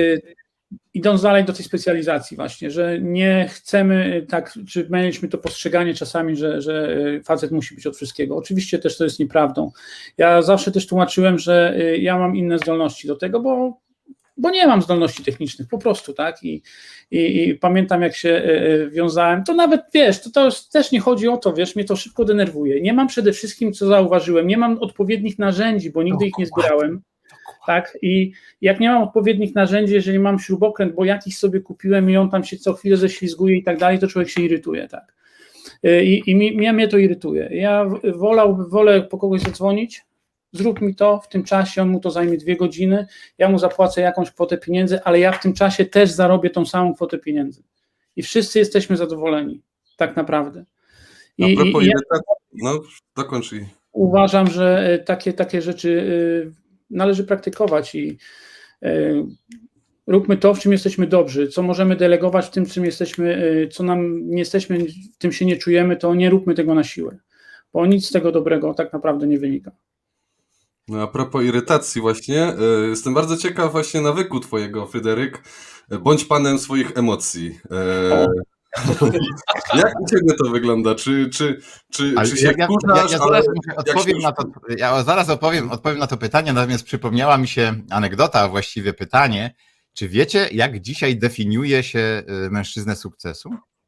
idąc dalej do tej specjalizacji właśnie, że nie chcemy tak, czy mieliśmy to postrzeganie czasami, że, że facet musi być od wszystkiego. Oczywiście też to jest nieprawdą. Ja zawsze też tłumaczyłem, że ja mam inne zdolności do tego, bo, bo nie mam zdolności technicznych, po prostu, tak? I, i, i pamiętam, jak się wiązałem, to nawet, wiesz, to, to też nie chodzi o to, wiesz, mnie to szybko denerwuje. Nie mam przede wszystkim, co zauważyłem, nie mam odpowiednich narzędzi, bo nigdy ich nie zbierałem. Tak, i jak nie mam odpowiednich narzędzi, jeżeli mam śrubokręt, bo jakiś sobie kupiłem i on tam się co chwilę ześlizguje i tak dalej, to człowiek się irytuje, tak. I, i mnie, mnie to irytuje. Ja wolał, wolę po kogoś zadzwonić, zrób mi to w tym czasie, on mu to zajmie dwie godziny, ja mu zapłacę jakąś kwotę pieniędzy, ale ja w tym czasie też zarobię tą samą kwotę pieniędzy. I wszyscy jesteśmy zadowoleni, tak naprawdę. I, A propos i ja no, dokończ. Uważam, że takie, takie rzeczy należy praktykować i y, róbmy to, w czym jesteśmy dobrzy, co możemy delegować w tym, czym jesteśmy, y, co nam nie jesteśmy, w tym się nie czujemy, to nie róbmy tego na siłę, bo nic z tego dobrego tak naprawdę nie wynika. No a propos irytacji właśnie, y, jestem bardzo ciekaw właśnie nawyku twojego, Fryderyk, bądź panem swoich emocji. Y, jak u ciebie to wygląda? Czy, czy, czy, czy się ja, wkurzasz? ja, ja zaraz odpowiem na to, ja zaraz opowiem, odpowiem na to pytanie, natomiast przypomniała mi się anegdota, a właściwie pytanie. Czy wiecie, jak dzisiaj definiuje się mężczyznę sukcesu?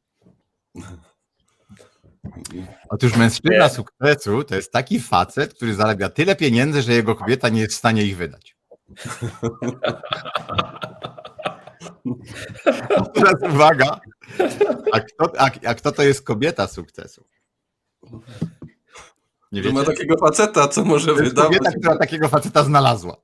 Otóż mężczyzna sukcesu to jest taki facet, który zarabia tyle pieniędzy, że jego kobieta nie jest w stanie ich wydać. Teraz uwaga, a kto, a, a kto to jest kobieta sukcesu? Nie wiecie? Ma takiego faceta, co może to jest wydawać. Kobieta, która takiego faceta znalazła.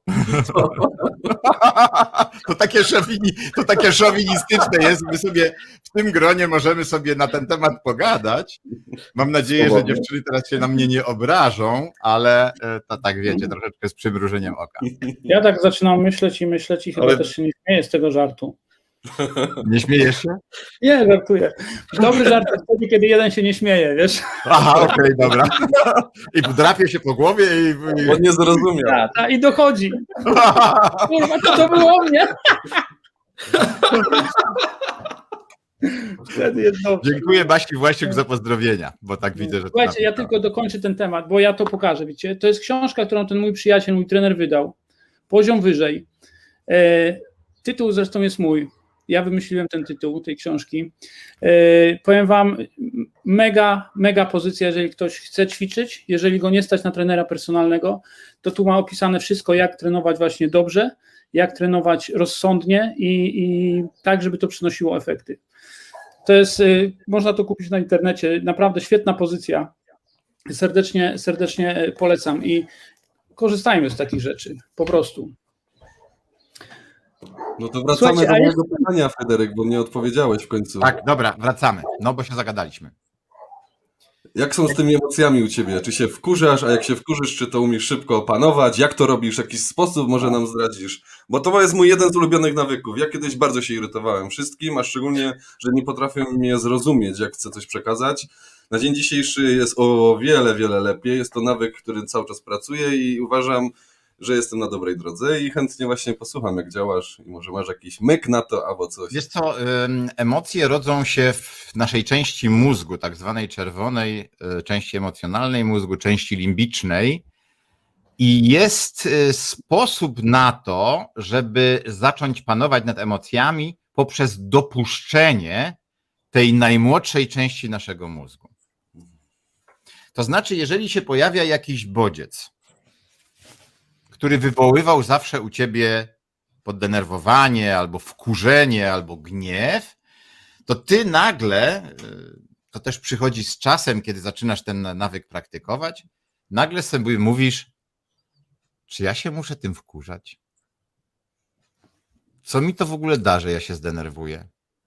To takie, szowini, to takie szowinistyczne jest. My sobie w tym gronie możemy sobie na ten temat pogadać. Mam nadzieję, że dziewczyny teraz się na mnie nie obrażą, ale to tak wiecie, troszeczkę z przymrużeniem oka. Ja tak zaczynam myśleć i myśleć i chyba Ale... też się nie śmieję z tego żartu. Nie śmiejesz się? Nie, żartuję. Dobry żart jest wtedy, kiedy jeden się nie śmieje, wiesz? Aha, okej, okay, dobra. I drapie się po głowie i... On nie zrozumiał. Ta, ta, i dochodzi. Kurwa, to to było o mnie. Wtedy jest dobrze. Dziękuję Basi Właściuk za pozdrowienia, bo tak widzę, że... Słuchajcie, ja tylko dokończę ten temat, bo ja to pokażę, wiecie. To jest książka, którą ten mój przyjaciel, mój trener wydał. Poziom wyżej. E, tytuł zresztą jest mój. Ja wymyśliłem ten tytuł tej książki. Yy, powiem wam, mega, mega pozycja, jeżeli ktoś chce ćwiczyć, jeżeli go nie stać na trenera personalnego, to tu ma opisane wszystko, jak trenować właśnie dobrze, jak trenować rozsądnie i, i tak, żeby to przynosiło efekty. To jest, yy, można to kupić na internecie, naprawdę świetna pozycja. Serdecznie, serdecznie polecam i korzystajmy z takich rzeczy, po prostu. No to wracamy Słuchajcie, do a mojego pytania, Fryderyk, bo nie odpowiedziałeś w końcu. Tak, dobra, wracamy, no bo się zagadaliśmy. Jak są z tymi emocjami u ciebie? Czy się wkurzasz, a jak się wkurzysz, czy to umiesz szybko opanować? Jak to robisz? Jakiś sposób może nam zdradzisz? Bo to jest mój jeden z ulubionych nawyków. Ja kiedyś bardzo się irytowałem wszystkim, a szczególnie, że nie potrafię mnie zrozumieć, jak chcę coś przekazać. Na dzień dzisiejszy jest o wiele, wiele lepiej. Jest to nawyk, który cały czas pracuję i uważam, że jestem na dobrej drodze i chętnie właśnie posłucham, jak działasz i może masz jakiś myk na to albo coś. Wiesz co, emocje rodzą się w naszej części mózgu, tak zwanej czerwonej części emocjonalnej mózgu, części limbicznej i jest sposób na to, żeby zacząć panować nad emocjami poprzez dopuszczenie tej najmłodszej części naszego mózgu. To znaczy, jeżeli się pojawia jakiś bodziec, który wywoływał zawsze u ciebie poddenerwowanie, albo wkurzenie, albo gniew, to ty nagle, to też przychodzi z czasem, kiedy zaczynasz ten nawyk praktykować, nagle sobie mówisz, czy ja się muszę tym wkurzać? Co mi to w ogóle da, że ja się zdenerwuję?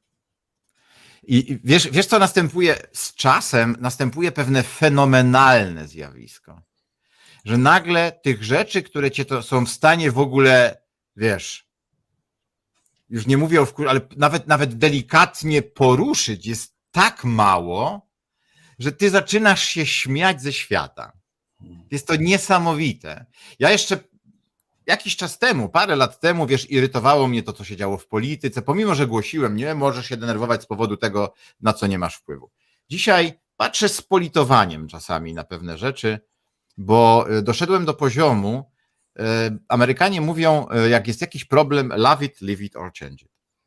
I wiesz, wiesz, co następuje z czasem? Następuje pewne fenomenalne zjawisko. Że nagle tych rzeczy, które cię to są w stanie w ogóle, wiesz, już nie mówię o wkur, ale nawet, nawet delikatnie poruszyć jest tak mało, że ty zaczynasz się śmiać ze świata. Jest to niesamowite. Ja jeszcze jakiś czas temu, parę lat temu, wiesz, irytowało mnie to, co się działo w polityce, pomimo, że głosiłem, nie, możesz się denerwować z powodu tego, na co nie masz wpływu. Dzisiaj patrzę z politowaniem czasami na pewne rzeczy, bo doszedłem do poziomu, Amerykanie mówią, jak jest jakiś problem, love it, leave it or change it.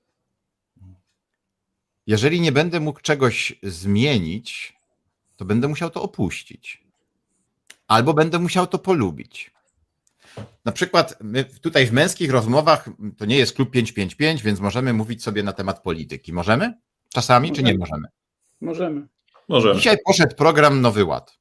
Jeżeli nie będę mógł czegoś zmienić, to będę musiał to opuścić. Albo będę musiał to polubić. Na przykład my tutaj w męskich rozmowach, to nie jest klub pięć pięć pięć, więc możemy mówić sobie na temat polityki. Możemy? Czasami, możemy. Czy nie możemy? Możemy. Możemy. Dzisiaj poszedł program Nowy Ład.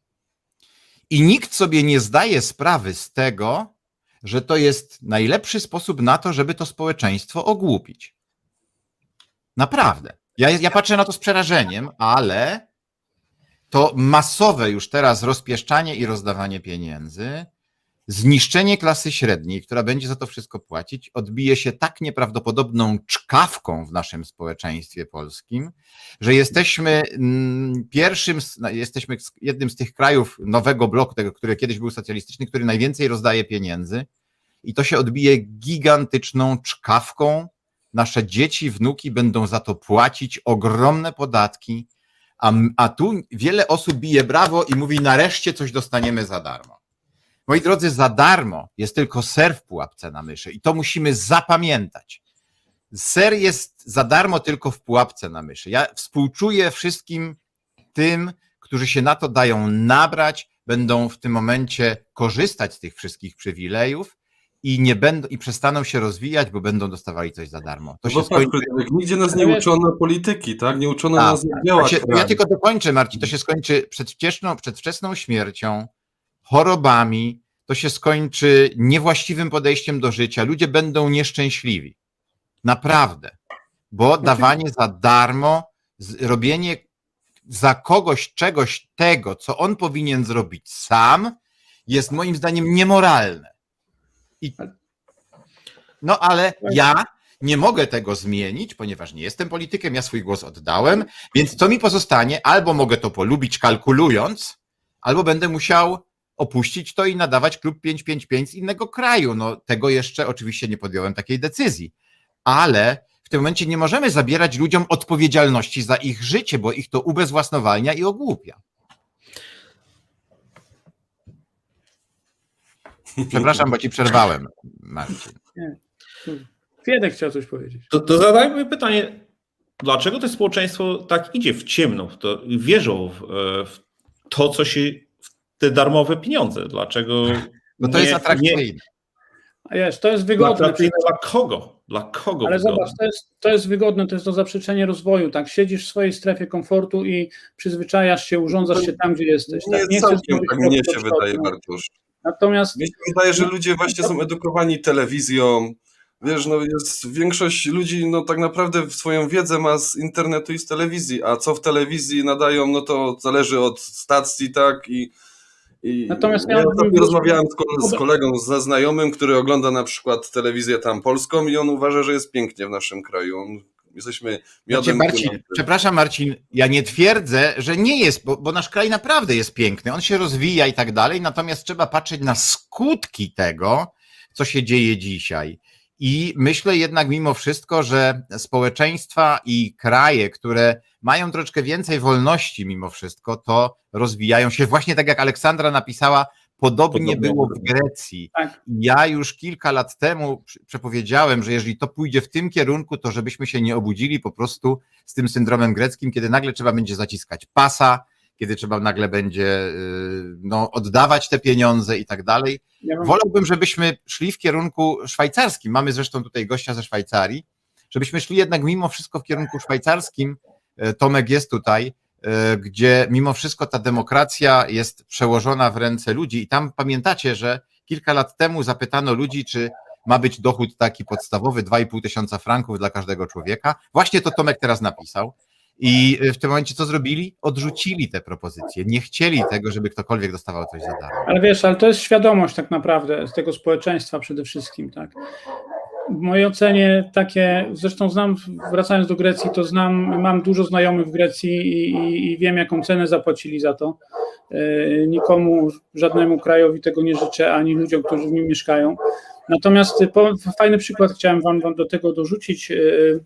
I nikt sobie nie zdaje sprawy z tego, że to jest najlepszy sposób na to, żeby to społeczeństwo ogłupić. Naprawdę. Ja, ja patrzę na to z przerażeniem, ale to masowe już teraz rozpieszczanie i rozdawanie pieniędzy, zniszczenie klasy średniej, która będzie za to wszystko płacić, odbije się tak nieprawdopodobną czkawką w naszym społeczeństwie polskim, że jesteśmy pierwszym, jesteśmy jednym z tych krajów nowego bloku, tego, który kiedyś był socjalistyczny, który najwięcej rozdaje pieniędzy i to się odbije gigantyczną czkawką. Nasze dzieci, wnuki będą za to płacić ogromne podatki, a, a tu wiele osób bije brawo i mówi, nareszcie coś dostaniemy za darmo. Moi drodzy, za darmo jest tylko ser w pułapce na myszy i to musimy zapamiętać. Ser jest za darmo tylko w pułapce na myszy. Ja współczuję wszystkim tym, którzy się na to dają nabrać, będą w tym momencie korzystać z tych wszystkich przywilejów i nie będą i przestaną się rozwijać, bo będą dostawali coś za darmo. To no się skończy... tak, nigdzie nas nie uczono polityki, tak? Nie uczono nas jak działać. Się, ja tylko dokończę, Marcin, to się skończy przedwczesną, przedwczesną śmiercią, chorobami, to się skończy niewłaściwym podejściem do życia. Ludzie będą nieszczęśliwi. Naprawdę. Bo dawanie za darmo, robienie za kogoś czegoś tego, co on powinien zrobić sam, jest moim zdaniem niemoralne. I... No ale ja nie mogę tego zmienić, ponieważ nie jestem politykiem, ja swój głos oddałem, więc co mi pozostanie? Albo mogę to polubić kalkulując, albo będę musiał opuścić to i nadawać klub pięć pięć pięć z innego kraju. No tego jeszcze oczywiście nie podjąłem takiej decyzji, ale w tym momencie nie możemy zabierać ludziom odpowiedzialności za ich życie, bo ich to ubezwłasnowalnia i ogłupia. Przepraszam, bo ci przerwałem, Marcin. Nie. Fiedek chciał coś powiedzieć. To, to zadajmy pytanie, dlaczego to społeczeństwo tak idzie w ciemno, w to, wierzą w, w to, co się, w te darmowe pieniądze? Dlaczego? No to nie, jest atrakcyjne. Nie, a wiesz, to jest wygodne. Atrakcyjne dla kogo? Dla kogo? Ale wygodne? zobacz, to jest, to jest wygodne, to jest to zaprzeczenie rozwoju, tak? Siedzisz w swojej strefie komfortu i przyzwyczajasz się, urządzasz się tam, gdzie jesteś. Nie, tak? Nie całkiem chcesz tak mnie się wydaje, Bartosz. Natomiast... Mnie się wydaje, że ludzie właśnie są edukowani telewizją. Wiesz, no jest większość ludzi, no tak naprawdę swoją wiedzę ma z internetu i z telewizji, a co w telewizji nadają, no to zależy od stacji, tak? I, i Natomiast ja ja ostatnio rozmawiałem z, kole- z kolegą, ze znajomym, który ogląda na przykład telewizję tam polską i on uważa, że jest pięknie w naszym kraju. On Jesteśmy Znaczy, miodem. Marcin, przepraszam Marcin, ja nie twierdzę, że nie jest, bo, bo nasz kraj naprawdę jest piękny, on się rozwija i tak dalej, natomiast trzeba patrzeć na skutki tego, co się dzieje dzisiaj. I myślę jednak mimo wszystko, że społeczeństwa i kraje, które mają troszkę więcej wolności mimo wszystko, to rozwijają się właśnie tak jak Aleksandra napisała, podobnie Podobnie. było w Grecji. Tak. Ja już kilka lat temu przepowiedziałem, że jeżeli to pójdzie w tym kierunku, to żebyśmy się nie obudzili po prostu z tym syndromem greckim, kiedy nagle trzeba będzie zaciskać pasa, kiedy trzeba nagle będzie no, oddawać te pieniądze i tak dalej. Ja mam... Wolałbym, żebyśmy szli w kierunku szwajcarskim. Mamy zresztą tutaj gościa ze Szwajcarii, żebyśmy szli jednak mimo wszystko w kierunku szwajcarskim. Tomek jest tutaj, gdzie mimo wszystko ta demokracja jest przełożona w ręce ludzi i tam pamiętacie, że kilka lat temu zapytano ludzi, czy ma być dochód taki podstawowy, dwa i pół tysiąca franków dla każdego człowieka. Właśnie to Tomek teraz napisał. I w tym momencie co zrobili? Odrzucili te propozycje. Nie chcieli tego, żeby ktokolwiek dostawał coś za darmo. Ale wiesz, ale to jest świadomość tak naprawdę z tego społeczeństwa przede wszystkim, tak. W mojej ocenie takie, zresztą znam, wracając do Grecji, to znam, mam dużo znajomych w Grecji i, i, i wiem, jaką cenę zapłacili za to. Yy, nikomu, żadnemu krajowi tego nie życzę, ani ludziom, którzy w nim mieszkają. Natomiast po, fajny przykład chciałem wam, wam do tego dorzucić. Yy,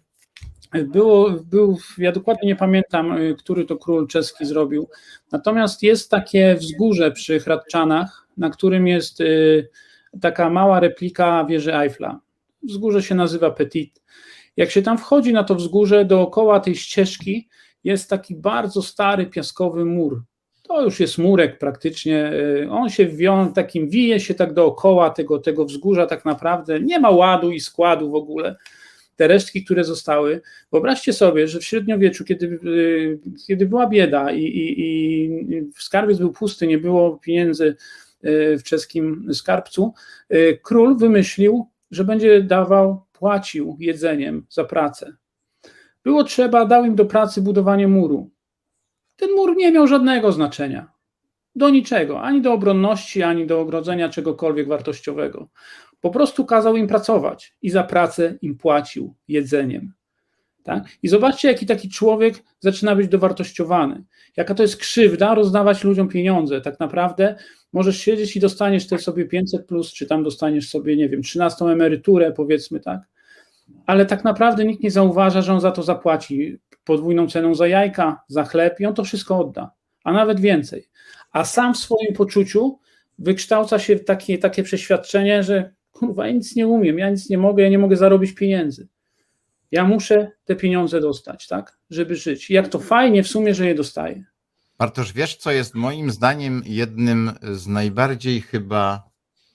Było, był, ja dokładnie nie pamiętam, który to król czeski zrobił, natomiast jest takie wzgórze przy Hradczanach, na którym jest y, taka mała replika wieży Eiffla. Wzgórze się nazywa Petit. Jak się tam wchodzi na to wzgórze, dookoła tej ścieżki jest taki bardzo stary piaskowy mur. To już jest murek praktycznie, y, on się wią, takim wije się tak dookoła tego, tego wzgórza tak naprawdę, nie ma ładu i składu w ogóle. Te resztki, które zostały, wyobraźcie sobie, że w średniowieczu, kiedy, kiedy była bieda i, i, i skarbiec był pusty, nie było pieniędzy w czeskim skarbcu, król wymyślił, że będzie dawał, płacił jedzeniem za pracę. Było trzeba, dał im do pracy budowanie muru. Ten mur nie miał żadnego znaczenia. Do niczego, ani do obronności, ani do ogrodzenia czegokolwiek wartościowego. Po prostu kazał im pracować i za pracę im płacił jedzeniem. Tak? I zobaczcie, jaki taki człowiek zaczyna być dowartościowany. Jaka to jest krzywda rozdawać ludziom pieniądze. Tak naprawdę możesz siedzieć i dostaniesz te sobie pięćset plus, czy tam dostaniesz sobie, nie wiem, trzynastą emeryturę, powiedzmy tak. Ale tak naprawdę nikt nie zauważa, że on za to zapłaci podwójną ceną za jajka, za chleb i on to wszystko odda, a nawet więcej. A sam w swoim poczuciu wykształca się takie, takie przeświadczenie, że kurwa, ja nic nie umiem, ja nic nie mogę, ja nie mogę zarobić pieniędzy. Ja muszę te pieniądze dostać, tak, żeby żyć. I jak to fajnie w sumie, że je dostaję. Bartosz, wiesz, co jest moim zdaniem jednym z najbardziej chyba,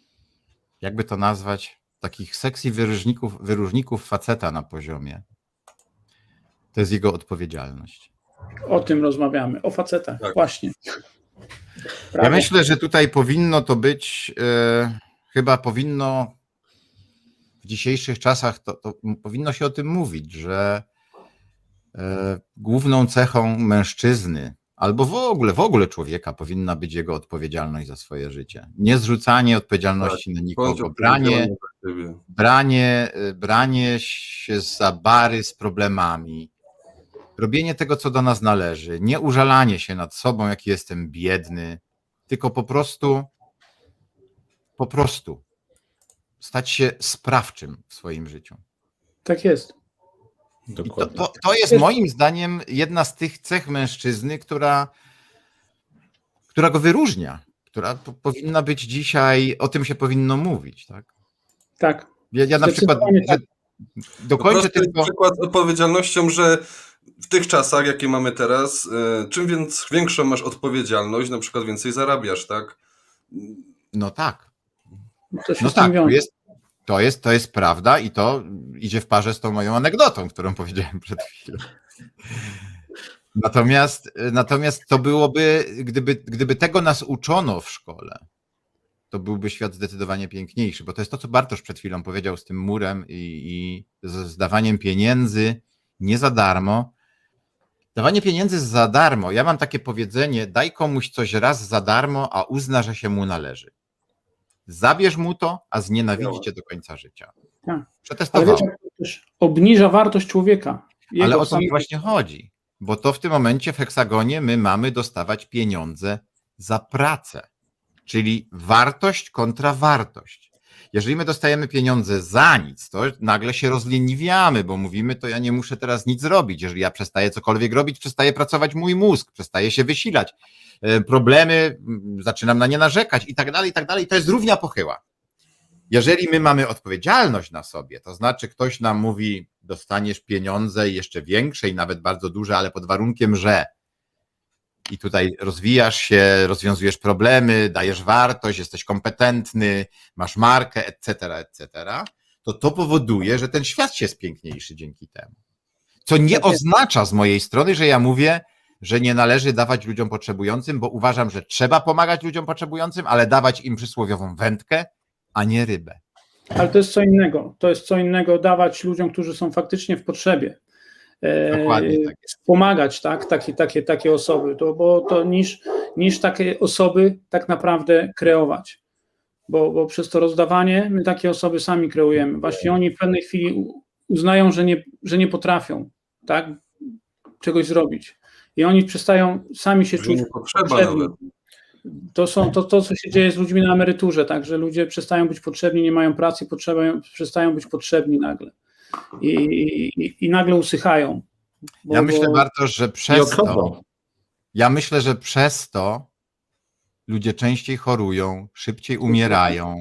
jakby to nazwać, takich sexy wyróżników, wyróżników faceta na poziomie? To jest jego odpowiedzialność. O tym rozmawiamy, o facetach, tak. Właśnie. Prawie. Ja myślę, że tutaj powinno to być... Yy... Chyba powinno w dzisiejszych czasach, to, to powinno się o tym mówić, że e, główną cechą mężczyzny, albo w ogóle, w ogóle człowieka powinna być jego odpowiedzialność za swoje życie. Nie zrzucanie odpowiedzialności tak, na nikogo, branie, branie, branie się za bary z problemami, robienie tego, co do nas należy, nie użalanie się nad sobą, jaki jestem biedny, tylko po prostu po prostu stać się sprawczym w swoim życiu. Tak jest. To, to, to jest moim zdaniem jedna z tych cech mężczyzny, która, która go wyróżnia, która powinna być dzisiaj, o tym się powinno mówić. Tak. tak. Ja, ja na przykład tak. dokończę to tylko... przykład odpowiedzialnością, że w tych czasach, jakie mamy teraz, czym więc większą masz odpowiedzialność, na przykład więcej zarabiasz, tak? No tak. To no tak, to jest, to, jest, to jest prawda i to idzie w parze z tą moją anegdotą, którą powiedziałem przed chwilą. Natomiast, natomiast to byłoby, gdyby, gdyby tego nas uczono w szkole, to byłby świat zdecydowanie piękniejszy, bo to jest to, co Bartosz przed chwilą powiedział z tym murem i, i z dawaniem pieniędzy nie za darmo. Dawanie pieniędzy za darmo, ja mam takie powiedzenie, daj komuś coś raz za darmo, a uzna, że się mu należy. Zabierz mu to, a znienawidzi cię do końca życia. Tak. Przetestowałem. Ale wiecie, to też obniża wartość człowieka. Jego Ale o to sam... mi właśnie chodzi, bo to w tym momencie w Heksagonie my mamy dostawać pieniądze za pracę, czyli wartość kontra wartość. Jeżeli my dostajemy pieniądze za nic, to nagle się rozleniwiamy, bo mówimy, to ja nie muszę teraz nic robić. Jeżeli ja przestaję cokolwiek robić, przestaje pracować mój mózg, przestaje się wysilać. Problemy, zaczynam na nie narzekać i tak dalej, i tak dalej. To jest równia pochyła. Jeżeli my mamy odpowiedzialność na sobie, to znaczy ktoś nam mówi, dostaniesz pieniądze jeszcze większe i nawet bardzo duże, ale pod warunkiem, że i tutaj rozwijasz się, rozwiązujesz problemy, dajesz wartość, jesteś kompetentny, masz markę, et cetera, et cetera, to to powoduje, że ten świat się jest piękniejszy dzięki temu. Co nie oznacza z mojej strony, że ja mówię, że nie należy dawać ludziom potrzebującym, bo uważam, że trzeba pomagać ludziom potrzebującym, ale dawać im przysłowiową wędkę, a nie rybę. Ale to jest co innego. To jest co innego dawać ludziom, którzy są faktycznie w potrzebie. Dokładnie tak. Pomagać, tak, takie, takie, takie osoby, to, bo to niż, niż takie osoby tak naprawdę kreować, bo, bo przez to rozdawanie my takie osoby sami kreujemy. Właśnie oni w pewnej chwili uznają, że nie, że nie potrafią, tak, czegoś zrobić i oni przestają sami się że czuć nie potrzeba potrzebni. nawet. To, są, to, to, co się dzieje z ludźmi na emeryturze, tak, że ludzie przestają być potrzebni, nie mają pracy, potrzebują, przestają być potrzebni nagle. I, i, i nagle usychają. Bo, ja myślę, bo... Bartosz, że przez to, ja myślę, że przez to ludzie częściej chorują, szybciej umierają,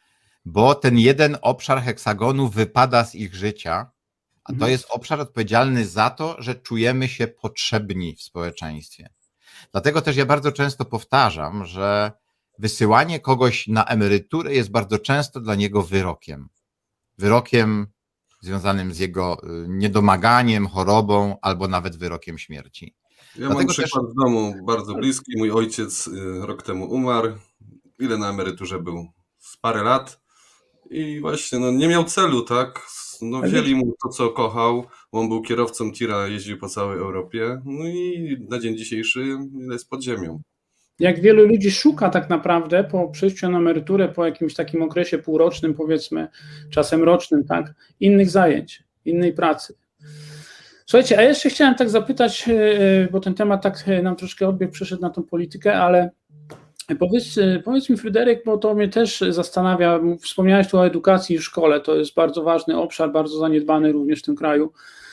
bo ten jeden obszar heksagonu wypada z ich życia, a to jest obszar odpowiedzialny za to, że czujemy się potrzebni w społeczeństwie. Dlatego też ja bardzo często powtarzam, że wysyłanie kogoś na emeryturę jest bardzo często dla niego wyrokiem. Wyrokiem związanym z jego niedomaganiem, chorobą albo nawet wyrokiem śmierci. Ja Dlatego mam przykład też... w domu bardzo bliski. Mój ojciec rok temu umarł. Ile na emeryturze był? Z parę lat. I właśnie no, nie miał celu, tak? No, wzięli mu to, co kochał. On był kierowcą tira, jeździł po całej Europie. No i na dzień dzisiejszy jest pod ziemią. Jak wielu ludzi szuka tak naprawdę po przejściu na emeryturę, po jakimś takim okresie półrocznym, powiedzmy, czasem rocznym, tak, innych zajęć, innej pracy. Słuchajcie, a jeszcze chciałem tak zapytać, bo ten temat tak nam troszkę odbiegł, przeszedł na tą politykę, ale powiedz, powiedz mi, Fryderyk, bo to mnie też zastanawia, wspomniałeś tu o edukacji i szkole, to jest bardzo ważny obszar, bardzo zaniedbany również w tym kraju.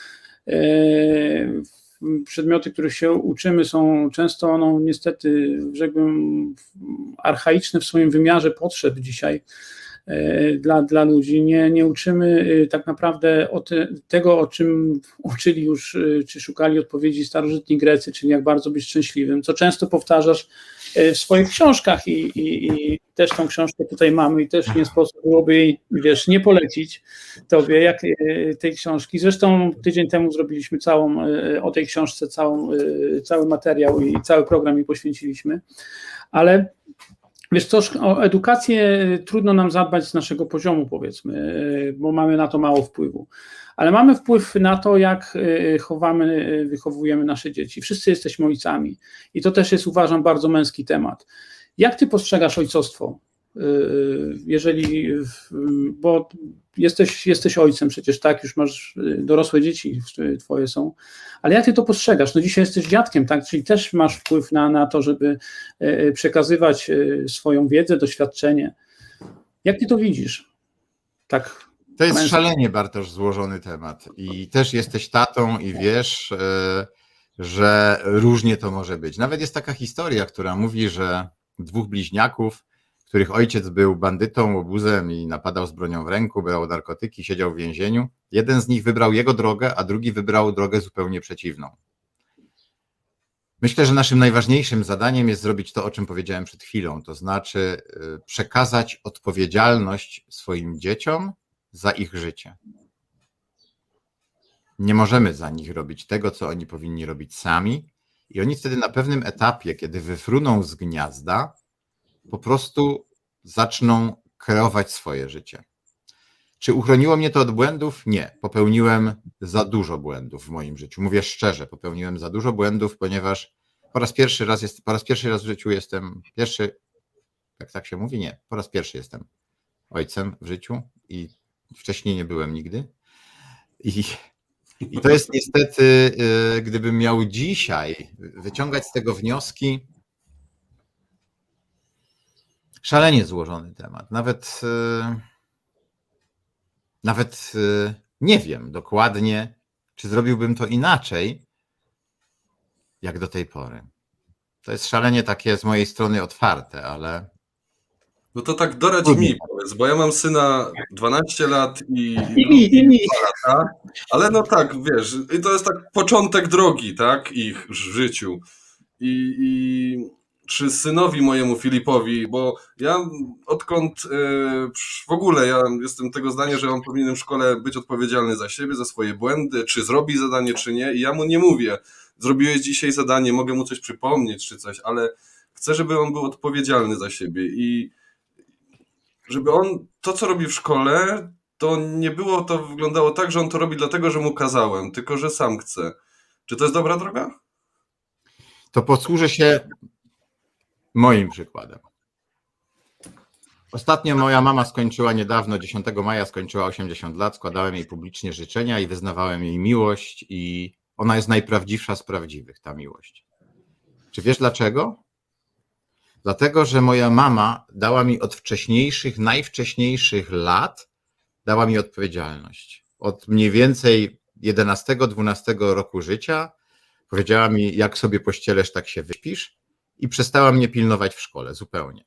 Przedmioty, których się uczymy, są często, no niestety, rzekłbym, archaiczne w swoim wymiarze potrzeb dzisiaj dla, dla ludzi. Nie, nie uczymy tak naprawdę o te, tego, o czym uczyli już, czy szukali odpowiedzi starożytni Grecy, czyli jak bardzo być szczęśliwym, co często powtarzasz w swoich książkach i, i, i też tą książkę tutaj mamy i też nie sposób byłoby jej, wiesz, nie polecić tobie, jak tej książki. Zresztą tydzień temu zrobiliśmy całą, o tej książce całą, cały materiał i cały program jej poświęciliśmy, ale wiesz co, o edukację trudno nam zadbać z naszego poziomu, powiedzmy, bo mamy na to mało wpływu, ale mamy wpływ na to, jak chowamy, wychowujemy nasze dzieci. Wszyscy jesteśmy ojcami i to też jest, uważam, bardzo męski temat. Jak ty postrzegasz ojcostwo? Jeżeli, bo jesteś, jesteś ojcem przecież, tak, już masz dorosłe dzieci, twoje są, ale jak ty to postrzegasz? No dzisiaj jesteś dziadkiem, tak, czyli też masz wpływ na, na to, żeby przekazywać swoją wiedzę, doświadczenie. Jak ty to widzisz? Tak. To jest szalenie, Bartosz, złożony temat i też jesteś tatą i wiesz, że różnie to może być. Nawet jest taka historia, która mówi, że dwóch bliźniaków, których ojciec był bandytą, łobuzem i napadał z bronią w ręku, brał narkotyki, siedział w więzieniu. Jeden z nich wybrał jego drogę, a drugi wybrał drogę zupełnie przeciwną. Myślę, że naszym najważniejszym zadaniem jest zrobić to, o czym powiedziałem przed chwilą, to znaczy przekazać odpowiedzialność swoim dzieciom za ich życie. Nie możemy za nich robić tego, co oni powinni robić sami i oni wtedy na pewnym etapie, kiedy wyfruną z gniazda, po prostu zaczną kreować swoje życie. Czy uchroniło mnie to od błędów? Nie. Popełniłem za dużo błędów w moim życiu. Mówię szczerze, popełniłem za dużo błędów, ponieważ po raz pierwszy raz jest, po raz pierwszy raz w życiu jestem pierwszy, jak tak się mówi? Nie. Po raz pierwszy jestem ojcem w życiu i wcześniej nie byłem nigdy. I I to jest niestety, gdybym miał dzisiaj wyciągać z tego wnioski, szalenie złożony temat. Nawet, nawet nie wiem dokładnie, czy zrobiłbym to inaczej, jak do tej pory. To jest szalenie takie z mojej strony otwarte, ale... No to tak doradź mi, powiedz, bo ja mam syna dwanaście lat i, I mi, i mi. dwa lata, ale no tak, wiesz, i to jest tak początek drogi, tak, ich w życiu. I, i czy synowi mojemu Filipowi, bo ja odkąd e, w ogóle ja jestem tego zdania, że on powinien w szkole być odpowiedzialny za siebie, za swoje błędy, czy zrobi zadanie, czy nie, i ja mu nie mówię, zrobiłeś dzisiaj zadanie, mogę mu coś przypomnieć, czy coś, ale chcę, żeby on był odpowiedzialny za siebie i żeby on to, co robi w szkole, to nie było, to wyglądało tak, że on to robi dlatego, że mu kazałem, tylko że sam chce. Czy to jest dobra droga? To posłużę się moim przykładem. Ostatnio moja mama skończyła niedawno, dziesiątego maja skończyła osiemdziesiąt lat, składałem jej publicznie życzenia i wyznawałem jej miłość i ona jest najprawdziwsza z prawdziwych, ta miłość. Czy wiesz dlaczego? Dlatego, że moja mama dała mi od wcześniejszych, najwcześniejszych lat, dała mi odpowiedzialność. Od mniej więcej jedenastego, dwunastego roku życia powiedziała mi, jak sobie pościelesz, tak się wyśpisz i przestała mnie pilnować w szkole zupełnie.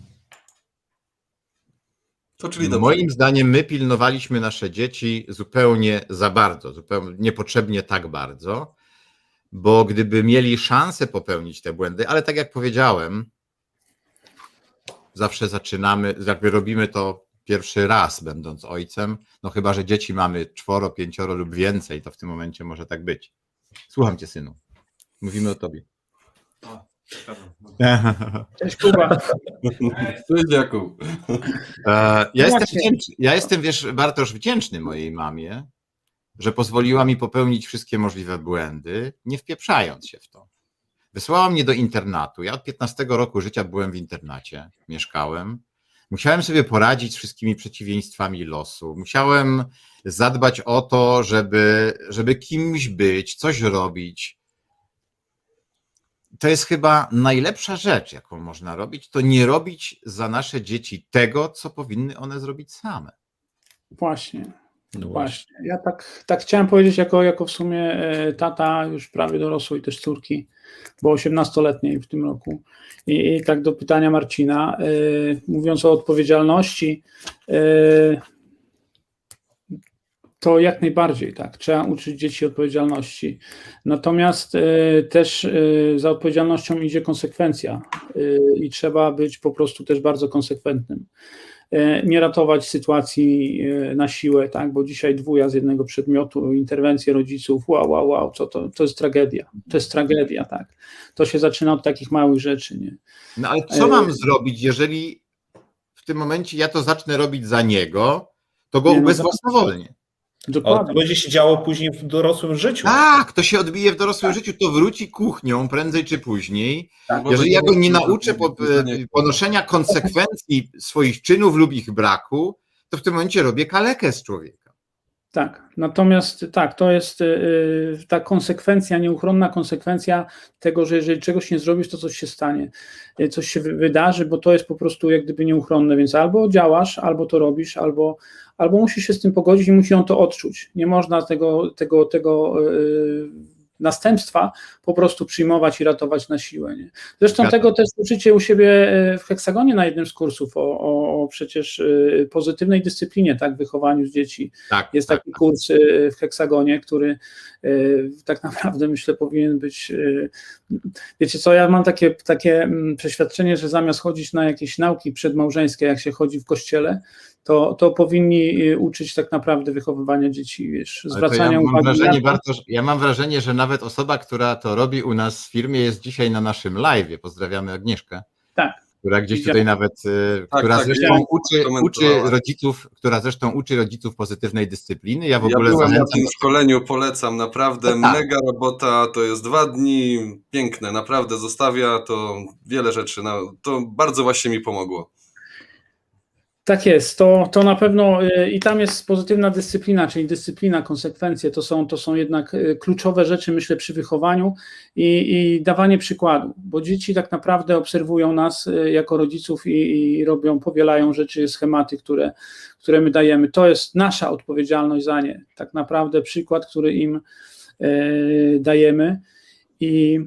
To czyli dobrze. Moim zdaniem my pilnowaliśmy nasze dzieci zupełnie za bardzo, zupełnie niepotrzebnie tak bardzo, bo gdyby mieli szansę popełnić te błędy, ale tak jak powiedziałem, zawsze zaczynamy, jakby robimy to pierwszy raz, będąc ojcem, no chyba że dzieci mamy czworo, pięcioro lub więcej, to w tym momencie może tak być. Słucham cię, synu. Mówimy o tobie. Cześć, Kuba. Cześć, Jakub. Ja jestem, wdzięczny, ja jestem, wiesz, Bartosz, wdzięczny mojej mamie, że pozwoliła mi popełnić wszystkie możliwe błędy, nie wpieprzając się w to. Wysłała mnie do internatu. Ja od piętnastego roku życia byłem w internacie, mieszkałem. Musiałem sobie poradzić z wszystkimi przeciwieństwami losu. Musiałem zadbać o to, żeby, żeby kimś być, coś robić. To jest chyba najlepsza rzecz, jaką można robić, to nie robić za nasze dzieci tego, co powinny one zrobić same. Właśnie. No Właśnie. Ja tak, tak chciałem powiedzieć, jako, jako w sumie tata już prawie dorosłej też córki, bo osiemnastoletniej w tym roku. I, i tak do pytania Marcina, y, mówiąc o odpowiedzialności, y, to jak najbardziej, tak, trzeba uczyć dzieci odpowiedzialności. Natomiast y, też y, za odpowiedzialnością idzie konsekwencja y, i trzeba być po prostu też bardzo konsekwentnym. Nie ratować sytuacji na siłę, tak, bo dzisiaj dwuja z jednego przedmiotu, interwencje rodziców, wow, wow, wow, co to, to jest tragedia, to jest tragedia, tak. To się zaczyna od takich małych rzeczy, nie. No ale co mam zrobić, jeżeli w tym momencie ja to zacznę robić za niego, to go Nie, no ubezwłasnowolnię. Dokładnie. O, to będzie się działo później w dorosłym życiu. Tak, to się odbije w dorosłym życiu, to wróci kuchnią prędzej czy później. Tak, bo Jeżeli to ja go nie jest- nauczę po, ponoszenia konsekwencji swoich czynów lub ich braku, to w tym momencie robię kalekę z człowieka. Tak, natomiast tak, to jest y, ta konsekwencja, nieuchronna konsekwencja tego, że jeżeli czegoś nie zrobisz, to coś się stanie, y, coś się wy- wydarzy, bo to jest po prostu jak gdyby nieuchronne, więc albo działasz, albo to robisz, albo, albo musisz się z tym pogodzić i musi on to odczuć. Nie można tego, tego, tego y, następstwa po prostu przyjmować i ratować na siłę. Nie? Zresztą Zgadzam. tego też uczycie u siebie w Heksagonie na jednym z kursów o, o, o przecież y, pozytywnej dyscyplinie, tak, w wychowaniu z dzieci. Tak, Jest tak. taki kurs y, w Heksagonie, który y, tak naprawdę myślę powinien być, y, wiecie co, ja mam takie, takie mm, przeświadczenie, że zamiast chodzić na jakieś nauki przedmałżeńskie, jak się chodzi w kościele, to, to powinni y, uczyć tak naprawdę wychowywania dzieci, wiesz, Ale to zwracania ja mam uwagi wrażenie, na to. Bartosz, ja mam wrażenie, że nawet osoba, która to robi u nas w firmie, jest dzisiaj na naszym live'ie. Pozdrawiamy Agnieszkę. Tak. Która gdzieś Widziałem. tutaj nawet, y, Tak, która tak, zresztą widziałem, uczy, uczy komentowała. rodziców, która zresztą uczy rodziców pozytywnej dyscypliny. Ja w Ja ogóle byłem na zachęcam. tym szkoleniu, polecam, naprawdę No tak. mega robota, to jest dwa dni, piękne, naprawdę zostawia to wiele rzeczy, no, to bardzo właśnie mi pomogło. Tak jest, to, to na pewno y, i tam jest pozytywna dyscyplina, czyli dyscyplina, konsekwencje, to są, to są jednak y, kluczowe rzeczy, myślę, przy wychowaniu i, i dawanie przykładu, bo dzieci tak naprawdę obserwują nas y, jako rodziców i, i robią, powielają rzeczy, schematy, które, które my dajemy. To jest nasza odpowiedzialność za nie, tak naprawdę przykład, który im y, dajemy. I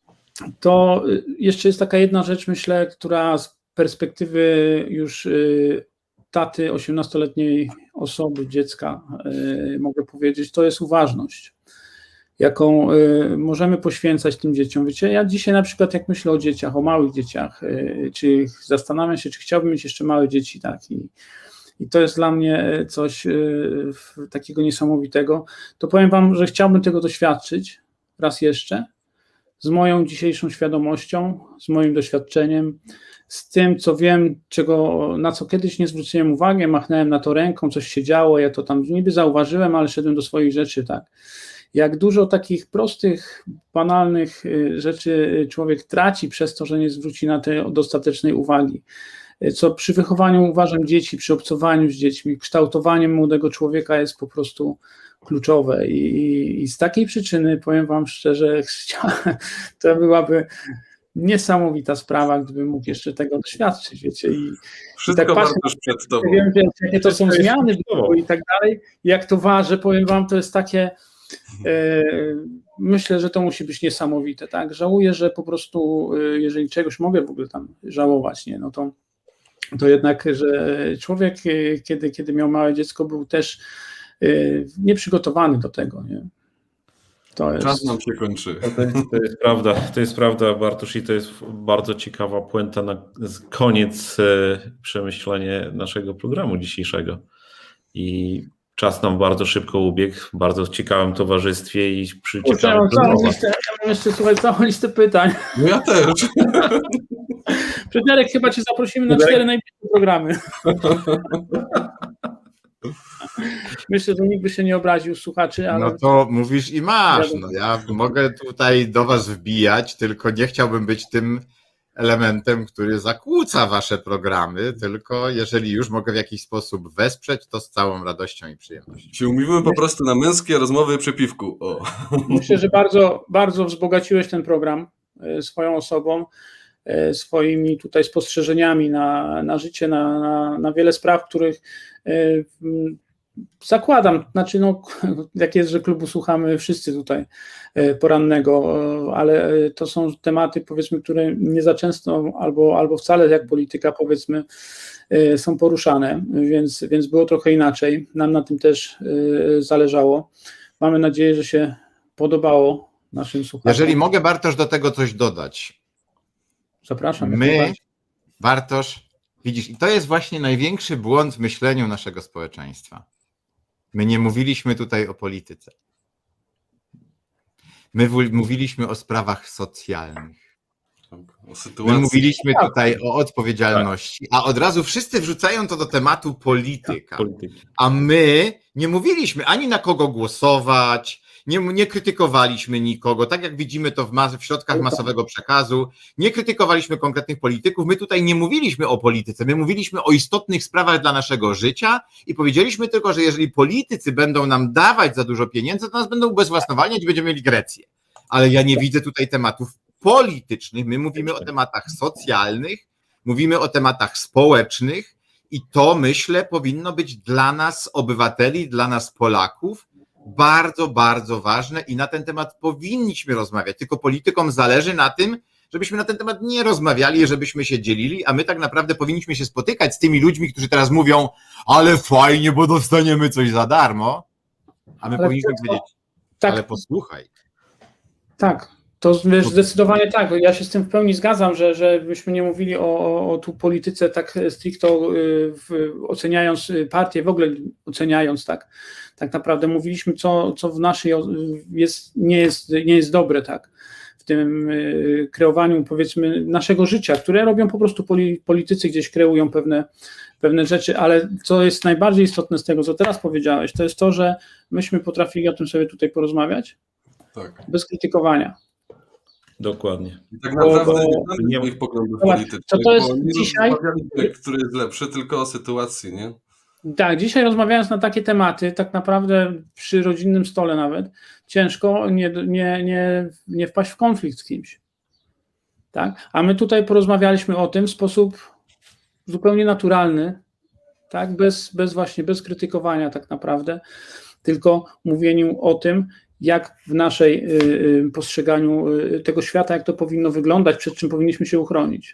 to y, jeszcze jest taka jedna rzecz, myślę, która z perspektywy już y, taty osiemnastoletniej osoby, dziecka, y, mogę powiedzieć, to jest uważność, jaką y, możemy poświęcać tym dzieciom. Wiecie, ja dzisiaj na przykład jak myślę o dzieciach, o małych dzieciach, y, czy zastanawiam się, czy chciałbym mieć jeszcze małe dzieci, tak, i, i to jest dla mnie coś y, takiego niesamowitego, to powiem wam, że chciałbym tego doświadczyć raz jeszcze, z moją dzisiejszą świadomością, z moim doświadczeniem, z tym, co wiem, czego, na co kiedyś nie zwróciłem uwagi, machnąłem na to ręką, coś się działo, ja to tam niby zauważyłem, ale szedłem do swoich rzeczy, tak. Jak dużo takich prostych, banalnych rzeczy człowiek traci przez to, że nie zwróci na to dostatecznej uwagi. Co przy wychowaniu, uważam, dzieci, przy obcowaniu z dziećmi, kształtowaniem młodego człowieka jest po prostu kluczowe i, i z takiej przyczyny, powiem wam szczerze, to byłaby niesamowita sprawa, gdybym mógł jeszcze tego doświadczyć, wiecie. I, Wszystko i tak warto patrzę, przed tobą. Wiem, jakie to są zmiany i tak dalej, jak to waży, powiem wam, to jest takie, e, myślę, że to musi być niesamowite, tak. Żałuję, że po prostu, e, jeżeli czegoś mogę w ogóle tam żałować, nie, no to, to jednak, że człowiek, e, kiedy, kiedy miał małe dziecko, był też e, nieprzygotowany do tego, nie. To jest... Czas nam się kończy. To jest, to jest prawda, to jest prawda, Bartosz, i to jest bardzo ciekawa puenta na koniec e, przemyślenie naszego programu dzisiejszego. I czas nam bardzo szybko ubiegł, w bardzo ciekawym towarzystwie i przy ciekawym rozmowach. Ja mam jeszcze, słuchaj, całą listę pytań. No ja też. Fryderyk, chyba cię zaprosimy na cztery najbliższe programy. Myślę, że nikt by się nie obraził, słuchaczy, ale... No to mówisz i masz. No ja mogę tutaj do was wbijać, tylko nie chciałbym być tym elementem, który zakłóca wasze programy, tylko jeżeli już mogę w jakiś sposób wesprzeć, to z całą radością i przyjemnością. Się umówimy po prostu na męskie rozmowy przy piwku. O. Myślę, że bardzo, bardzo wzbogaciłeś ten program swoją osobą, swoimi tutaj spostrzeżeniami na, na życie, na, na, na wiele spraw, których zakładam, znaczy no, jak jest, że klubu słuchamy wszyscy tutaj porannego, ale to są tematy, powiedzmy, które nie za często albo, albo wcale jak polityka, powiedzmy, są poruszane, więc, więc było trochę inaczej. Nam na tym też zależało. Mamy nadzieję, że się podobało naszym słuchaczom. Jeżeli mogę, Bartosz, do tego coś dodać. Zapraszam. My, Bartosz, widzisz, i to jest właśnie największy błąd w myśleniu naszego społeczeństwa. My nie mówiliśmy tutaj o polityce. My mówiliśmy o sprawach socjalnych. O sytuacji. My mówiliśmy tutaj o odpowiedzialności, a od razu wszyscy wrzucają to do tematu polityka. A my nie mówiliśmy ani na kogo głosować, nie, nie krytykowaliśmy nikogo, tak jak widzimy to w, mas- w środkach masowego przekazu, nie krytykowaliśmy konkretnych polityków, my tutaj nie mówiliśmy o polityce, my mówiliśmy o istotnych sprawach dla naszego życia i powiedzieliśmy tylko, że jeżeli politycy będą nam dawać za dużo pieniędzy, to nas będą ubezwłasnowalniać i będziemy mieli Grecję. Ale ja nie widzę tutaj tematów politycznych, my mówimy o tematach socjalnych, mówimy o tematach społecznych i to, myślę, powinno być dla nas obywateli, dla nas Polaków bardzo, bardzo ważne i na ten temat powinniśmy rozmawiać, tylko politykom zależy na tym, żebyśmy na ten temat nie rozmawiali, żebyśmy się dzielili, a my tak naprawdę powinniśmy się spotykać z tymi ludźmi, którzy teraz mówią, ale fajnie, bo dostaniemy coś za darmo, a my ale powinniśmy to, powiedzieć, tak, ale posłuchaj. Tak. To wiesz, zdecydowanie tak, ja się z tym w pełni zgadzam, że, że byśmy nie mówili o, o, o tu polityce tak stricto y, w, oceniając partię, w ogóle oceniając tak, tak naprawdę mówiliśmy, co, co w naszej jest, nie, jest, nie jest dobre, tak, w tym y, kreowaniu, powiedzmy, naszego życia, które robią po prostu poli, politycy, gdzieś kreują pewne, pewne rzeczy, ale co jest najbardziej istotne z tego, co teraz powiedziałeś, to jest to, że myśmy potrafili o tym sobie tutaj porozmawiać, tak, bez krytykowania. Dokładnie. I tak naprawdę Bo- nie mamy nie- swoich poglądów Zobacz, politycznych, co to jest bo nie dzisiaj? rozmawialiśmy, który jest lepszy, tylko o sytuacji, nie? Tak, dzisiaj rozmawiając na takie tematy, tak naprawdę przy rodzinnym stole nawet, ciężko nie, nie, nie, nie wpaść w konflikt z kimś. Tak? A my tutaj porozmawialiśmy o tym w sposób zupełnie naturalny, tak? Bez, bez właśnie, bez krytykowania tak naprawdę, tylko mówieniu o tym, jak w naszej y, y, postrzeganiu y, tego świata, jak to powinno wyglądać, przed czym powinniśmy się uchronić.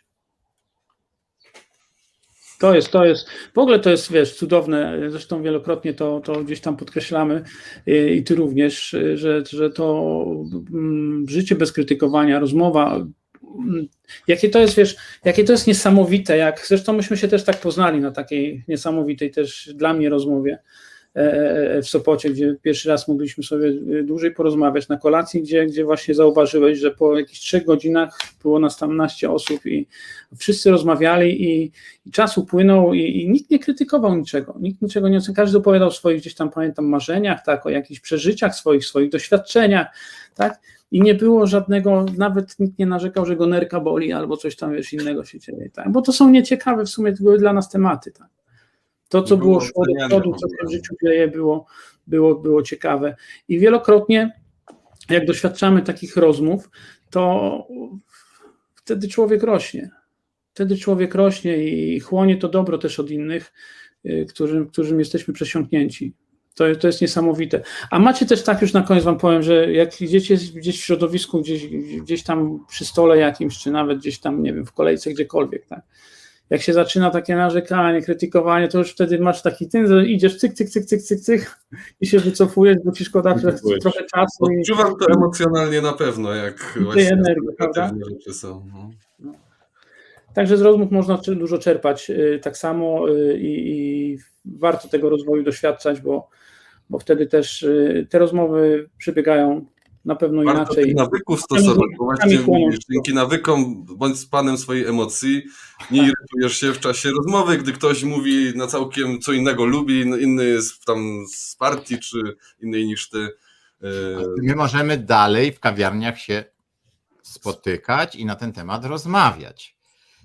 To jest, to jest, w ogóle to jest, wiesz, cudowne, zresztą wielokrotnie to, to gdzieś tam podkreślamy y, i ty również, y, że, że to mm, życie bez krytykowania, rozmowa, mm, jakie to jest, wiesz, jakie to jest niesamowite, jak zresztą myśmy się też tak poznali na takiej niesamowitej też dla mnie rozmowie e, w Sopocie, gdzie pierwszy raz mogliśmy sobie dłużej porozmawiać na kolacji, gdzie, gdzie właśnie zauważyłeś, że po jakichś trzech godzinach było nas tam naście osób i wszyscy rozmawiali i, i czas upłynął i, i nikt nie krytykował niczego, nikt niczego nie oceniał, każdy opowiadał o swoich gdzieś tam, pamiętam, marzeniach, tak, o jakichś przeżyciach swoich, swoich doświadczeniach, tak, i nie było żadnego, nawet nikt nie narzekał, że go nerka boli albo coś tam, wiesz, innego się dzieje, tak, bo to są nieciekawe w sumie, to były dla nas tematy, tak. To, co było szło do przodu, co się w życiu dzieje, było, było, było ciekawe. I wielokrotnie, jak doświadczamy takich rozmów, to wtedy człowiek rośnie. Wtedy człowiek rośnie i chłonie to dobro też od innych, którym, którym jesteśmy przesiąknięci. To, to jest niesamowite. A macie też tak, już na koniec wam powiem, że jak idziecie gdzieś w środowisku, gdzieś, gdzieś tam przy stole jakimś, czy nawet gdzieś tam, nie wiem, w kolejce, gdziekolwiek, tak? Jak się zaczyna takie narzekanie, krytykowanie, to już wtedy masz taki ten, że idziesz cyk, cyk, cyk, cyk, cyk, cyk i się wycofujesz, bo ci szkoda trochę czasu. I... Odczuwam to emocjonalnie na pewno, jak właśnie energii, prawda? rzeczy są. No. Także z rozmów można dużo czerpać tak samo i, i warto tego rozwoju doświadczać, bo, bo wtedy też te rozmowy przebiegają na pewno Warto inaczej. tych nawyków stosować, bo właśnie mówisz, dzięki nawykom bądź z panem swojej emocji, nie irytujesz się w czasie rozmowy, gdy ktoś mówi na całkiem co innego lubi, inny jest tam z partii, czy innej niż ty. My możemy dalej w kawiarniach się spotykać i na ten temat rozmawiać.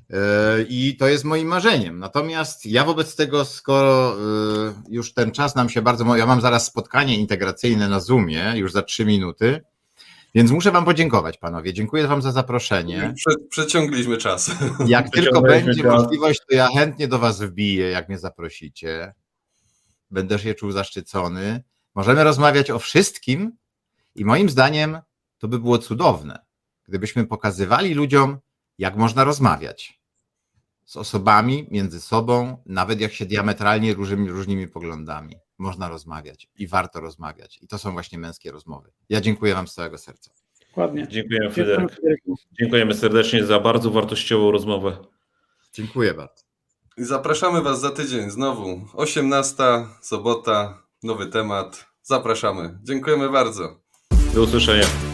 I to jest moim marzeniem. Natomiast ja wobec tego, skoro już ten czas nam się bardzo... Ja mam zaraz spotkanie integracyjne na Zoomie, już za trzy minuty, więc muszę wam podziękować, panowie. Dziękuję wam za zaproszenie. Prze, przeciągliśmy czas. Jak tylko będzie możliwość, to ja chętnie do was wbiję, jak mnie zaprosicie. Będę się czuł zaszczycony. Możemy rozmawiać o wszystkim i moim zdaniem to by było cudowne, gdybyśmy pokazywali ludziom, jak można rozmawiać z osobami między sobą, nawet jak się diametralnie różnymi, różnymi poglądami. Można rozmawiać i warto rozmawiać. I to są właśnie męskie rozmowy. Ja dziękuję wam z całego serca. Dokładnie. Dziękujemy, Fryderyk. Dziękujemy serdecznie za bardzo wartościową rozmowę. Dziękuję bardzo. I zapraszamy was za tydzień znowu. osiemnasta, sobota, nowy temat. Zapraszamy. Dziękujemy bardzo. Do usłyszenia.